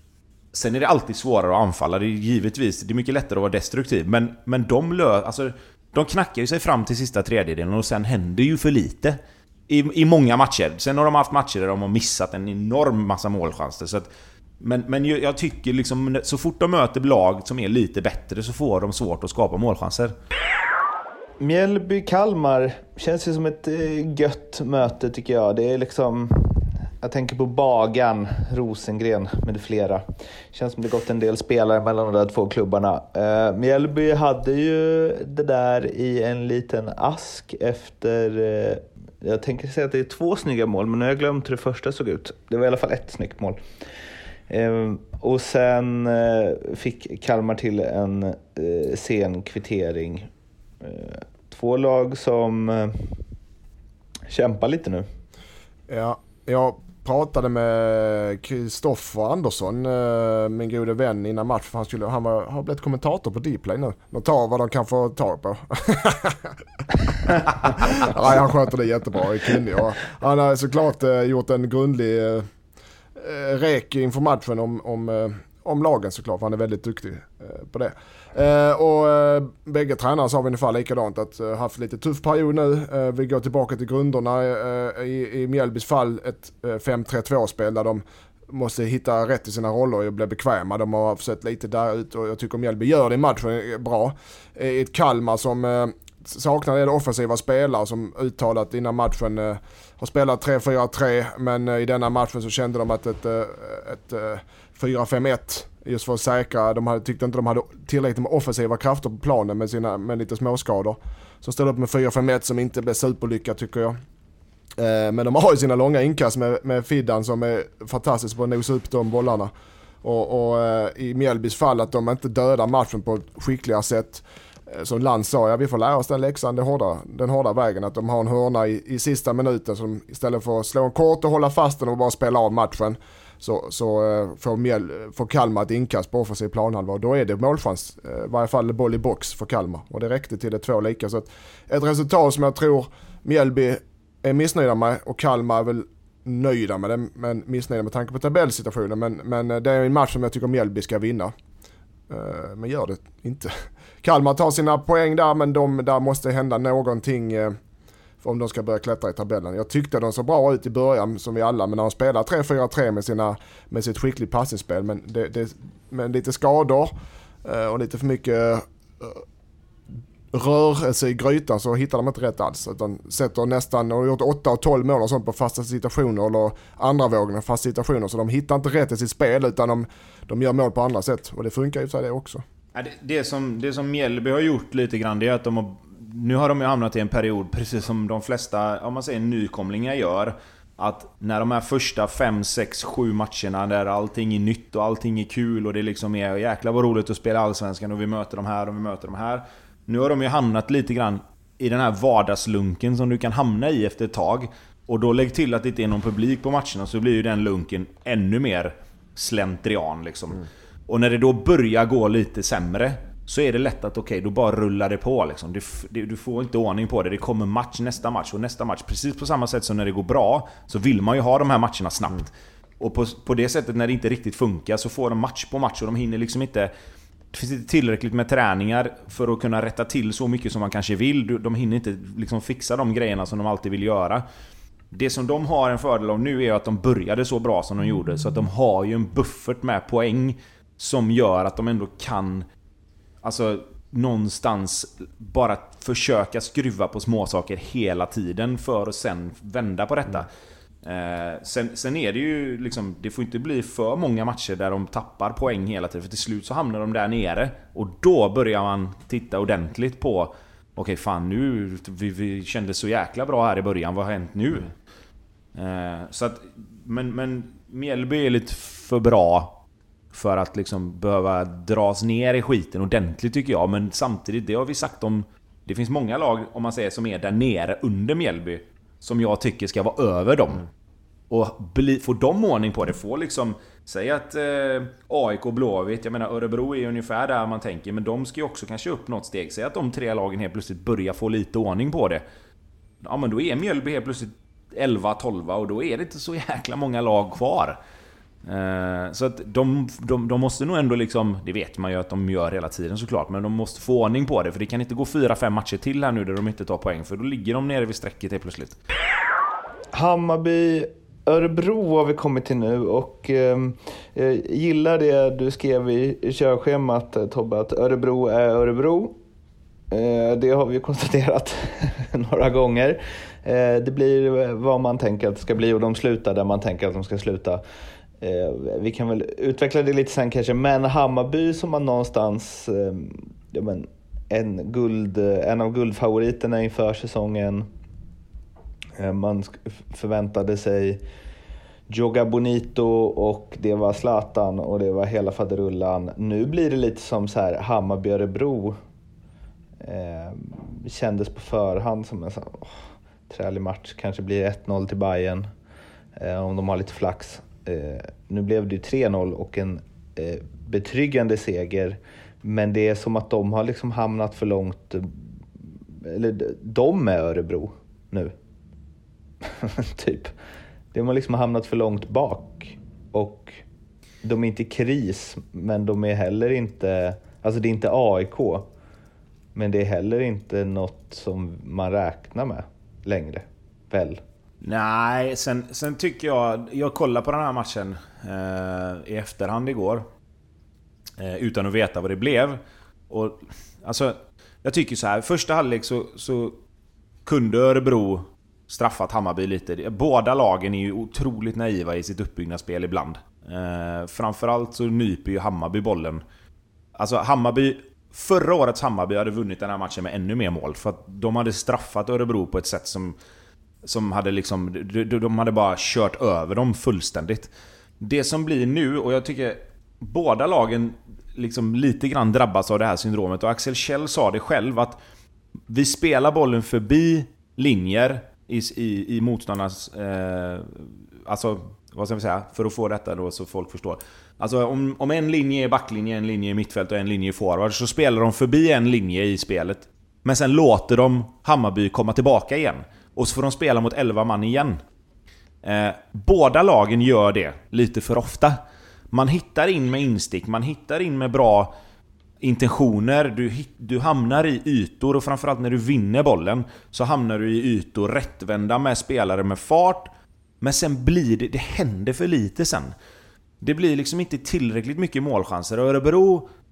Sen är det alltid svårare att anfalla. Det är givetvis, det är mycket lättare att vara destruktiv. Men, men de, lö, alltså, de knackar ju sig fram till sista tredjedelen och sen händer ju för lite. I, i många matcher. Sen har de haft matcher där de har missat en enorm massa målchanser. Så att, men, men jag tycker liksom, så fort de möter lag som är lite bättre så får de svårt att skapa målchanser. Mjällby-Kalmar känns ju som ett gött möte, tycker jag. Det är liksom, jag tänker på Bagan, Rosengren med flera. Känns som det gått en del spelare mellan de där två klubbarna. uh, Mjällby hade ju det där i en liten ask efter uh, jag tänker säga att det är två snygga mål, men nu har jag glömt hur det första såg ut. Det var i alla fall ett snyggt mål. uh, Och sen uh, fick Kalmar till en uh, sen kvittering. Två lag som uh, kämpar lite nu. Ja, jag pratade med Kristoffer Andersson, uh, min gode vän, innan matchen. Han, skulle, han var, har blivit kommentator på Dplay nu. De tar vad de kan få tag på. Nej, han sköter det jättebra, är kunnig. Och han har såklart uh, gjort en grundlig uh, rek inför matchen om, om, uh, om lagen såklart. Han är väldigt duktig uh, på det. Uh, och uh, bägge tränare sa vi ungefär likadant, att uh, haft lite tuff period nu. Uh, vi går tillbaka till grunderna uh, i, i Mjällbys fall, ett uh, fem tre två-spel där de måste hitta rätt i sina roller och bli bekväma. De har försökt lite där ut och jag tycker Mjällby gör det i matchen bra. I ett Kalmar som uh, saknar det offensiva spelare som uttalat innan matchen uh, har spelat tre fyra tre, men uh, i denna matchen så kände de att ett, uh, ett uh, fyra fem ett just för att säkra, de hade, tyckte inte de hade tillräckligt med offensiva krafter på planen med, sina, med lite småskador. Så ställde upp med fyra fem ett som inte blev superlyckat, tycker jag. Eh, men de har ju sina långa inkast med, med Fiddan som är fantastisk på att nosa upp de bollarna. Och, och eh, i Mjällbys fall att de inte dödar matchen på ett skickligare sätt. Eh, som Land sa, ja, vi får lära oss den läxan, den hårda, den hårda vägen. Att de har en hörna i, i sista minuten som istället för att slå en kort och hålla fast den och bara spela av matchen. Så, så uh, får, Mjäl, får Kalmar ett inkast på offensiv planhalva och då är det målchans, uh, i varje fall boll i box för Kalmar, och det räckte till det två lika. Så att ett resultat som jag tror Mjällby är missnöjda med och Kalmar är väl nöjda med det, men missnöjda med tanke på tabellsituationen, men, men det är en match som jag tycker Mjällby ska vinna, uh, men gör det inte. Kalmar tar sina poäng där, men de, där måste hända någonting uh, om de ska börja klättra i tabellen. Jag tyckte de så bra ut i början som vi alla, men när de spelar tre fyra tre med, sina, med sitt skickligt passningsspel, men, det, det, men lite skador eh, och lite för mycket rörelse i grytan så hittar de inte rätt alls. Utan sätter nästan, och gjort åtta och tolv mål och sånt på fasta situationer eller andra vågen fasta situationer. Så de hittar inte rätt i sitt spel utan de, de gör mål på andra sätt. Och det funkar ju för det också. Ja, det, det, som, det som Mjällby har gjort lite grann, det är att de har, nu har de ju hamnat i en period, precis som de flesta, om man säger nykomlingar gör, att när de här första fem, sex, sju matcherna där allting är nytt och allting är kul och det liksom är jäkla vad roligt att spela Allsvenskan och vi möter de här och vi möter de här. Nu har de ju hamnat lite grann i den här vardagslunken som du kan hamna i efter ett tag. Och då lägg till att det inte är någon publik på matcherna, så blir ju den lunken ännu mer slentrian liksom. Mm. Och när det då börjar gå lite sämre, så är det lätt att okej, okay, då bara rullar det på liksom. du, du, du får inte ordning på det. Det kommer match, nästa match och nästa match. Precis på samma sätt som när det går bra, så vill man ju ha de här matcherna snabbt. Mm. Och på, på det sättet, när det inte riktigt funkar, så får de match på match och de hinner liksom inte. Det finns inte tillräckligt med träningar för att kunna rätta till så mycket som man kanske vill. De hinner inte liksom fixa de grejerna som de alltid vill göra. Det som de har en fördel av nu är att de började så bra som de gjorde. Så att de har ju en buffert med poäng som gör att de ändå kan, alltså någonstans bara försöka skruva på småsaker hela tiden för att sen vända på detta. Eh, sen, sen är det ju liksom, det får inte bli för många matcher där de tappar poäng hela tiden, för till slut så hamnar de där nere och då börjar man titta ordentligt på okej, okay, fan nu vi, vi kände så jäkla bra här i början, vad har hänt nu? Eh, så att, men, men Mjällby är lite för bra för att liksom behöva dras ner i skiten ordentligt, tycker jag. Men samtidigt, det har vi sagt om, det finns många lag, om man säger, som är där nere under Mjällby, som jag tycker ska vara över dem. Mm. Och bli, får de ordning på det, får liksom, säg att eh, A I K och Blåvitt, jag menar Örebro är ungefär där man tänker, men de ska ju också kanske upp något steg. Säg att de tre lagen helt plötsligt börjar få lite ordning på det. Ja, men då är Mjällby helt plötsligt elva tolv och då är det inte så jäkla många lag kvar. Uh, så att de, de, de måste nog ändå liksom, det vet man ju att de gör hela tiden såklart, men de måste få ordning på det, för det kan inte gå fyra fem matcher till här nu där de inte tar poäng, för då ligger de nere vid strecket helt plötsligt. Hammarby Örebro har vi kommit till nu och eh, jag gillar det du skrev i körschemat, Tobbe, att Örebro är Örebro. Eh, det har vi konstaterat några gånger. Eh, det blir vad man tänker att det ska bli och de slutar där man tänker att de ska sluta. Eh, vi kan väl utveckla det lite sen kanske, men Hammarby som man någonstans eh, ja, men en, guld, en av guldfavoriterna inför säsongen. Eh, man förväntade sig Joga Bonito och det var Zlatan och det var hela faderullan. Nu blir det lite som så här Hammarby Örebro. Eh, kändes på förhand som en sån oh, trälig match. Kanske blir ett noll till Bayern eh, om de har lite flax. Eh, nu blev det ju tre noll och en eh, betryggande seger, men det är som att de har liksom hamnat för långt, eller de är Örebro nu typ. De har liksom hamnat för långt bak och de är inte i kris, men de är heller inte, alltså det är inte A I K, men det är heller inte något som man räknar med längre, väl? Nej, sen, sen tycker jag, jag kollade på den här matchen eh, i efterhand igår eh, utan att veta vad det blev. Och alltså, jag tycker så här, första halvlek så, så kunde Örebro straffat Hammarby lite. Båda lagen är ju otroligt naiva i sitt uppbyggnadsspel ibland. Eh, framförallt så nyper ju Hammarby bollen. Alltså Hammarby, förra årets Hammarby hade vunnit den här matchen med ännu mer mål, för att de hade straffat Örebro på ett sätt som som hade liksom, de, de hade bara kört över dem fullständigt. Det som blir nu, och jag tycker båda lagen liksom lite grann drabbas av det här syndromet, och Axel Kjell sa det själv, att vi spelar bollen förbi linjer i, i, i motståndarnas eh, alltså, vad ska vi säga, för att få detta då så folk förstår. Alltså om, om en linje är backlinje, en linje i mittfält och en linje i forward, så spelar de förbi en linje i spelet, men sen låter de Hammarby komma tillbaka igen. Och så får de spela mot elva man igen. Eh, båda lagen gör det lite för ofta. Man hittar in med instick, man hittar in med bra intentioner. Du, du hamnar i ytor, och framförallt när du vinner bollen så hamnar du i ytor rättvända med spelare med fart. Men sen blir det, det händer för lite sen. Det blir liksom inte tillräckligt mycket målchanser. Örebro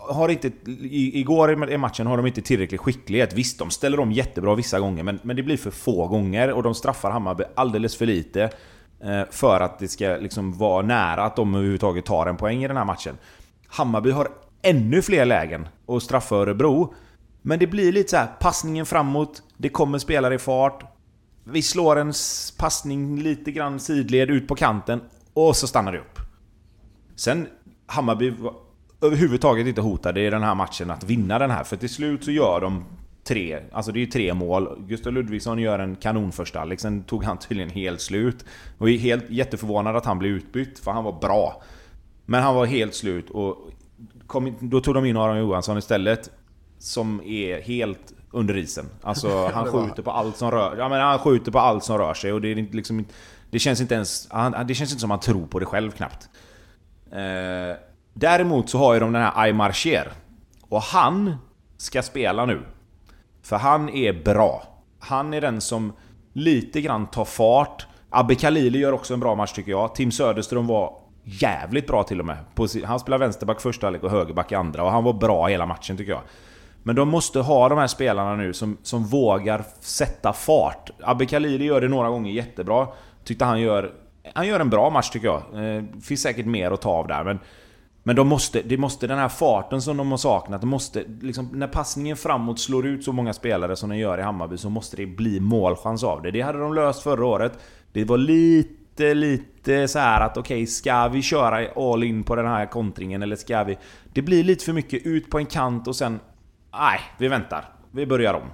har inte, i, igår i matchen har de inte tillräckligt skicklighet. Visst, de ställer om jättebra vissa gånger, men, men det blir för få gånger och de straffar Hammarby alldeles för lite eh, för att det ska liksom vara nära att de överhuvudtaget tar en poäng i den här matchen. Hammarby har ännu fler lägen och straffa Örebro, men det blir lite så här, passningen framåt, det kommer spelare i fart, vi slår en passning lite grann sidled ut på kanten och så stannar det upp. Sen Hammarby var överhuvudtaget inte hotade i den här matchen att vinna den här, för till slut så gör de tre, alltså det är ju tre mål. Gustav Ludvigsson gör en kanon första halvlek, sen tog han tydligen helt slut och är helt jätteförvånad att han blev utbytt, för han var bra. Men han var helt slut och kom, då tog de in Aron Johansson istället, som är helt under isen. Alltså han skjuter på allt som rör, ja, men han skjuter på allt som rör sig och det är liksom, det känns inte ens, det känns inte som han tror på det själv knappt. Eh, däremot så har ju de den här Aymar Cher, och han ska spela nu. För han är bra. Han är den som lite grann tar fart. Abbe Khalili gör också en bra match tycker jag. Tim Söderström var jävligt bra till och med. Han spelar vänsterback första halvlek och högerback i andra, och han var bra hela matchen tycker jag. Men de måste ha de här spelarna nu som, som vågar sätta fart. Abbe Khalili gör det några gånger jättebra. Tyckte han gör han gör en bra match tycker jag. Eh, finns säkert mer att ta av där, men men de måste det måste den här farten som de har saknat. De måste liksom, när passningen framåt slår ut så många spelare som den gör i Hammarby, så måste det bli målchans av det. Det hade de löst förra året. Det var lite lite så här att okej, okay, ska vi köra all in på den här kontringen eller ska vi? Det blir lite för mycket ut på en kant och sen nej, vi väntar. Vi börjar om.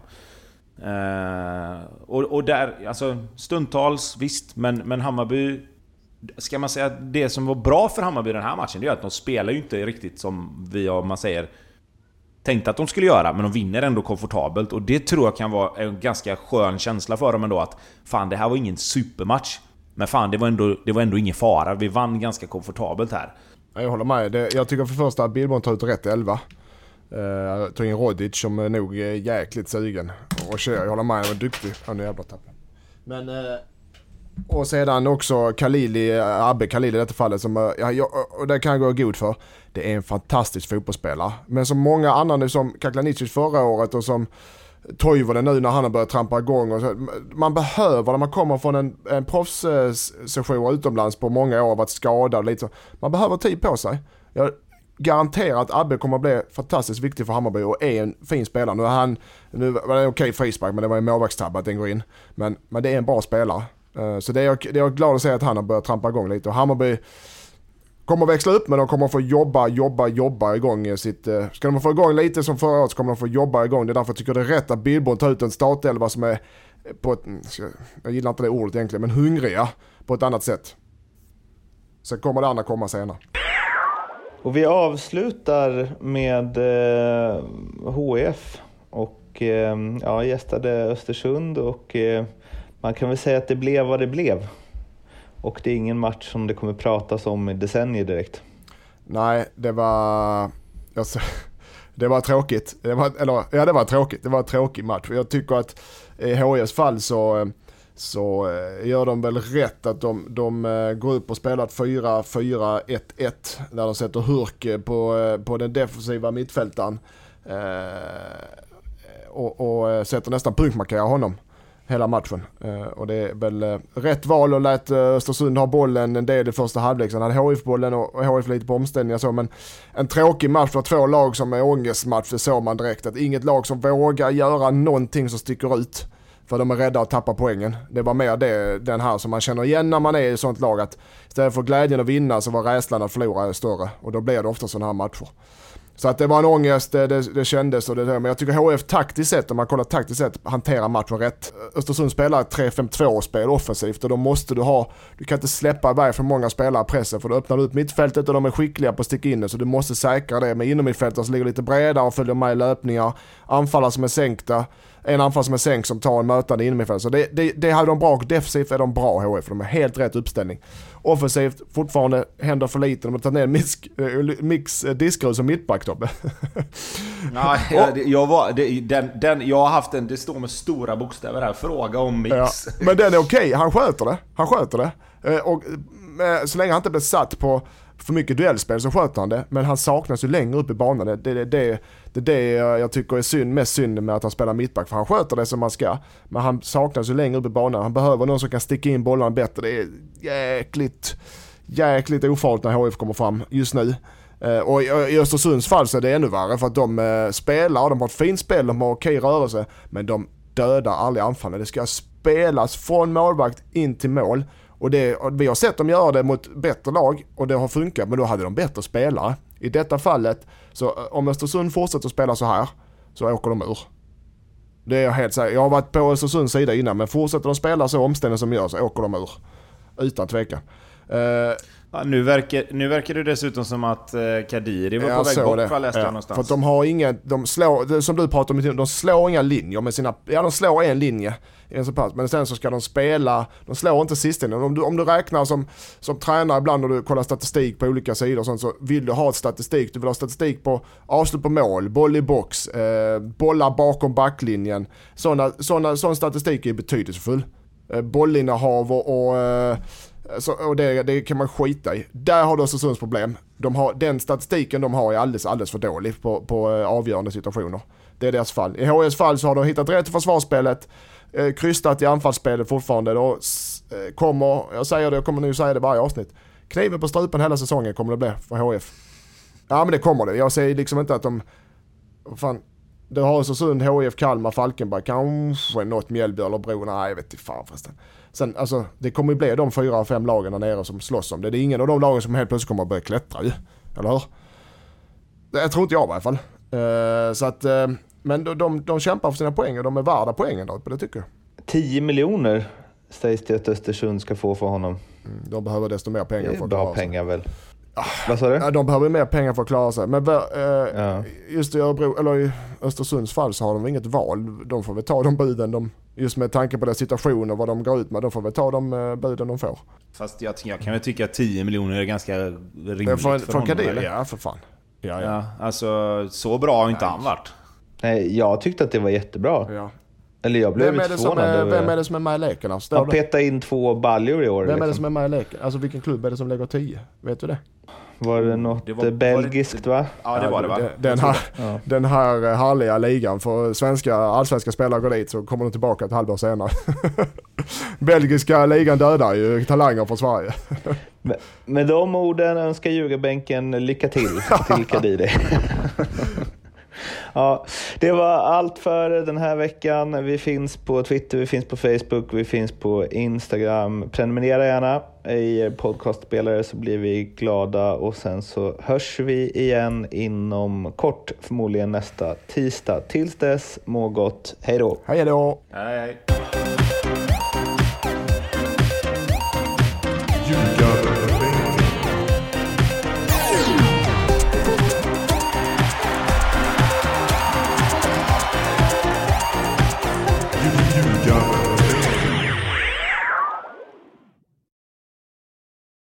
Uh, och, och där, alltså stundtals visst, men, men Hammarby, ska man säga att det som var bra för Hammarby den här matchen, det är att de spelar ju inte riktigt som vi, om man säger, tänkte att de skulle göra, men de vinner ändå komfortabelt, och det tror jag kan vara en ganska skön känsla för dem ändå, att fan, det här var ingen supermatch, men fan, det var ändå, det var ändå ingen fara, vi vann ganska komfortabelt här. Jag håller med, det, jag tycker för första att Billborn tar ut rätt elva. Uh, tog in Rodic som är nog är jäkligt sugen. Och Cher, jag håller med, han var duktig. Han är jävla tappad. Men uh, och sedan också Khalili, Abbe Khalili i detta fallet som, uh, ja, jag, och det kan jag gå god för. Det är en fantastisk fotbollsspelare. Men som många andra, som Kaklanic förra året och som Toivonen nu när han har börjat trampa igång och så, man behöver, när man kommer från en, en proffssession utomlands på många år, varit skadad lite så, man behöver tid på sig. Jag garanterar att Abbe kommer att bli fantastiskt viktig för Hammarby och är en fin spelare. Nu, är han, nu var det en okej frispark, men det var en målvaktstabbe att den går in. Men, men det är en bra spelare. Uh, så det är, jag, det är jag glad att se att han har börjat trampa igång lite. Och Hammarby kommer att växla upp, men de kommer att få jobba, jobba, jobba igång sitt... Uh, ska de få igång lite som förra året, så kommer de få jobba igång. Det är därför jag tycker det är rätt att Billborn tar ut en startelva som är på ett... Jag gillar inte det ordet egentligen, men hungriga på ett annat sätt. Sen kommer det andra komma senare. Och vi avslutar med eh, H F och eh, ja, gästade Östersund, och eh, man kan väl säga att det blev vad det blev. Och det är ingen match som det kommer pratas om i decennier direkt. Nej, det var alltså, det var tråkigt. Det var, eller, ja, det var tråkigt. Det var en tråkig match. Jag tycker att i H F:s fall så... så gör de väl rätt att de, de går upp och spelar fyra fyra ett ett där de sätter Hurk på, på den defensiva mittfältaren eh, och, och sätter nästan punktmarkera honom hela matchen. Eh, och det är väl eh, rätt val, och lät eh, Östersund ha bollen en del i första halvlek. Sen hade H F-bollen och, och H F lite på omställningar så, men en tråkig match för två lag som är ångestmatch. Det såg man direkt att inget lag som vågar göra någonting som sticker ut. För de är rädda att tappa poängen. Det var mer det, den här som man känner igen när man är i ett sånt lag, att istället för glädjen att vinna så var rädslan att förlora större. Och då blir det ofta sådana här matcher. Så att det var en ångest, det, det kändes och det där. Men jag tycker H F taktiskt sett, om man kollar taktiskt sett, hanterar matchen rätt. Östersund spelar tre fem två-spel offensivt, och då måste du ha, du kan inte släppa iväg för många spelare pressen, för då öppnar du ut mittfältet och de är skickliga på att sticka in det, så du måste säkra det med inom mittfältet som ligger lite bredare och följer med i löpningar. Anfallare som är sänkta, en anfall som är sänkt som tar en mötande inom mittfältet. Så det, det, det hade de bra, defensivt är de bra H F, för de är helt rätt uppställning. Offensivt fortfarande händer för lite. De har tagit ner mix, mix diskrus som mittback, Tobbe. Nej, jag, jag, var, det, den, den, jag har haft en, det står med stora bokstäver här, fråga om mix. Ja, men den är okej, han sköter det. Han sköter det. Och så länge han inte blir satt på, för mycket duellspel så sköter han det, men han saknas ju längre upp i banan. Det är det, det, det, det jag tycker är synd, mest synd med att han spelar mittback, för han sköter det som man ska, men han saknas ju längre upp i banan. Han behöver någon som kan sticka in bollarna bättre. Det är jäkligt, jäkligt ofarligt när H I F kommer fram just nu. Och i Östersunds fall så är det ännu värre, för att de spelar, de har ett fint spel, de har okej rörelse, men de dödar aldrig anfallen. Det ska spelas från målvakt in till mål. Och, det, och vi har sett dem göra det mot bättre lag och det har funkat, men då hade de bättre spelare. I detta fallet, så om Östersund fortsätter att spela så här, så åker de ur. Det är jag helt säker. Jag har varit på Östersunds sida innan, men fortsätter de spela så omständigt som gör, så åker de ur. Utan tvekan. Uh, ja, nu, verkar, nu verkar det dessutom som att uh, Kadiri var jag på väg bort, det. för jag läste ja, någonstans. För att de har ingen, de slår, som du pratade om, de slår inga linjer med sina, ja de slår en linje. Men sen så ska de spela, de slår inte sisten. Om du, om du räknar som, som tränare ibland och du kollar statistik på olika sidor och sånt, så vill du ha ett statistik. Du vill ha statistik på avslut på mål, boll i box, eh, bollar bakom backlinjen. Såna, såna, sån statistik är betydelsefull. Eh, bollinnehav och, och, eh, så, och det, det kan man skita i. Där har du Östersunds problem. De har, den statistiken de har är alldeles, alldeles för dålig på, på eh, avgörande situationer. Det är deras fall. I H I:s fall så har de hittat rätt i försvarsspelet. Eh, krystat i anfallsspelet fortfarande. Då eh, kommer, jag säger det, jag kommer nu säga det varje avsnitt. Kniven på strupen hela säsongen kommer det bli för H F. Ja, men det kommer det. Jag säger liksom inte att de... Fan, det har Östersund, H F, Kalmar, Falkenberg, kanske något Mjällby eller Bro. Nej, jag vet inte fan förresten. Sen, alltså, det kommer ju bli de fyra och fem lagen där nere som slåss om det. Det är ingen av de lagen som helt plötsligt kommer att börja klättra ju. Eller hur? Det tror inte jag i alla fall. Uh, så att... Uh, Men de, de, de kämpar för sina poäng och de är värda poängen då, på det tycker jag. tio miljoner sägs det att Östersund ska få för honom. Mm, de behöver desto mer pengar för att klara sig. pengar väl. Ah, Vad sa du? Ja, de behöver mer pengar för att klara sig. Men eh, ja. just i, Örebro, eller i Östersunds fall så har de inget val. De får väl ta de buden de, just med tanke på den situationen och vad de går ut med. De får väl ta de uh, buden de får. Fast jag, jag kan väl tycka att tio miljoner är ganska rimligt för, för, för honom. Kadiri, ja, för fan. Ja, ja. Ja, alltså, så bra har inte han varit. Nej, jag tyckte att det var jättebra. Ja. Eller jag blev vem är, lite förvånad. är, över... vem är det som är med i leken? Alltså, han petade in två baljor i år. Vem liksom. är det som är med i leken? Alltså vilken klubb är det som lägger tio? Vet du det? Var det något det var, belgiskt var det, va? Ja, det var det va? Den här, ja. den här härliga ligan, för svenska, allsvenska spelare går dit så kommer de tillbaka ett halvår senare. Belgiska ligan dödar ju talanger för Sverige. med, med de orden önskar Ljugarbänken lycka till till Kadiri. Ja, det var allt för den här veckan. Vi finns på Twitter, vi finns på Facebook, vi finns på Instagram. Prenumerera gärna i er podcastspelare så blir vi glada. Och sen så hörs vi igen inom kort, förmodligen nästa tisdag. Tills dess, må gott. Hej då! Hej då! Hej, hej.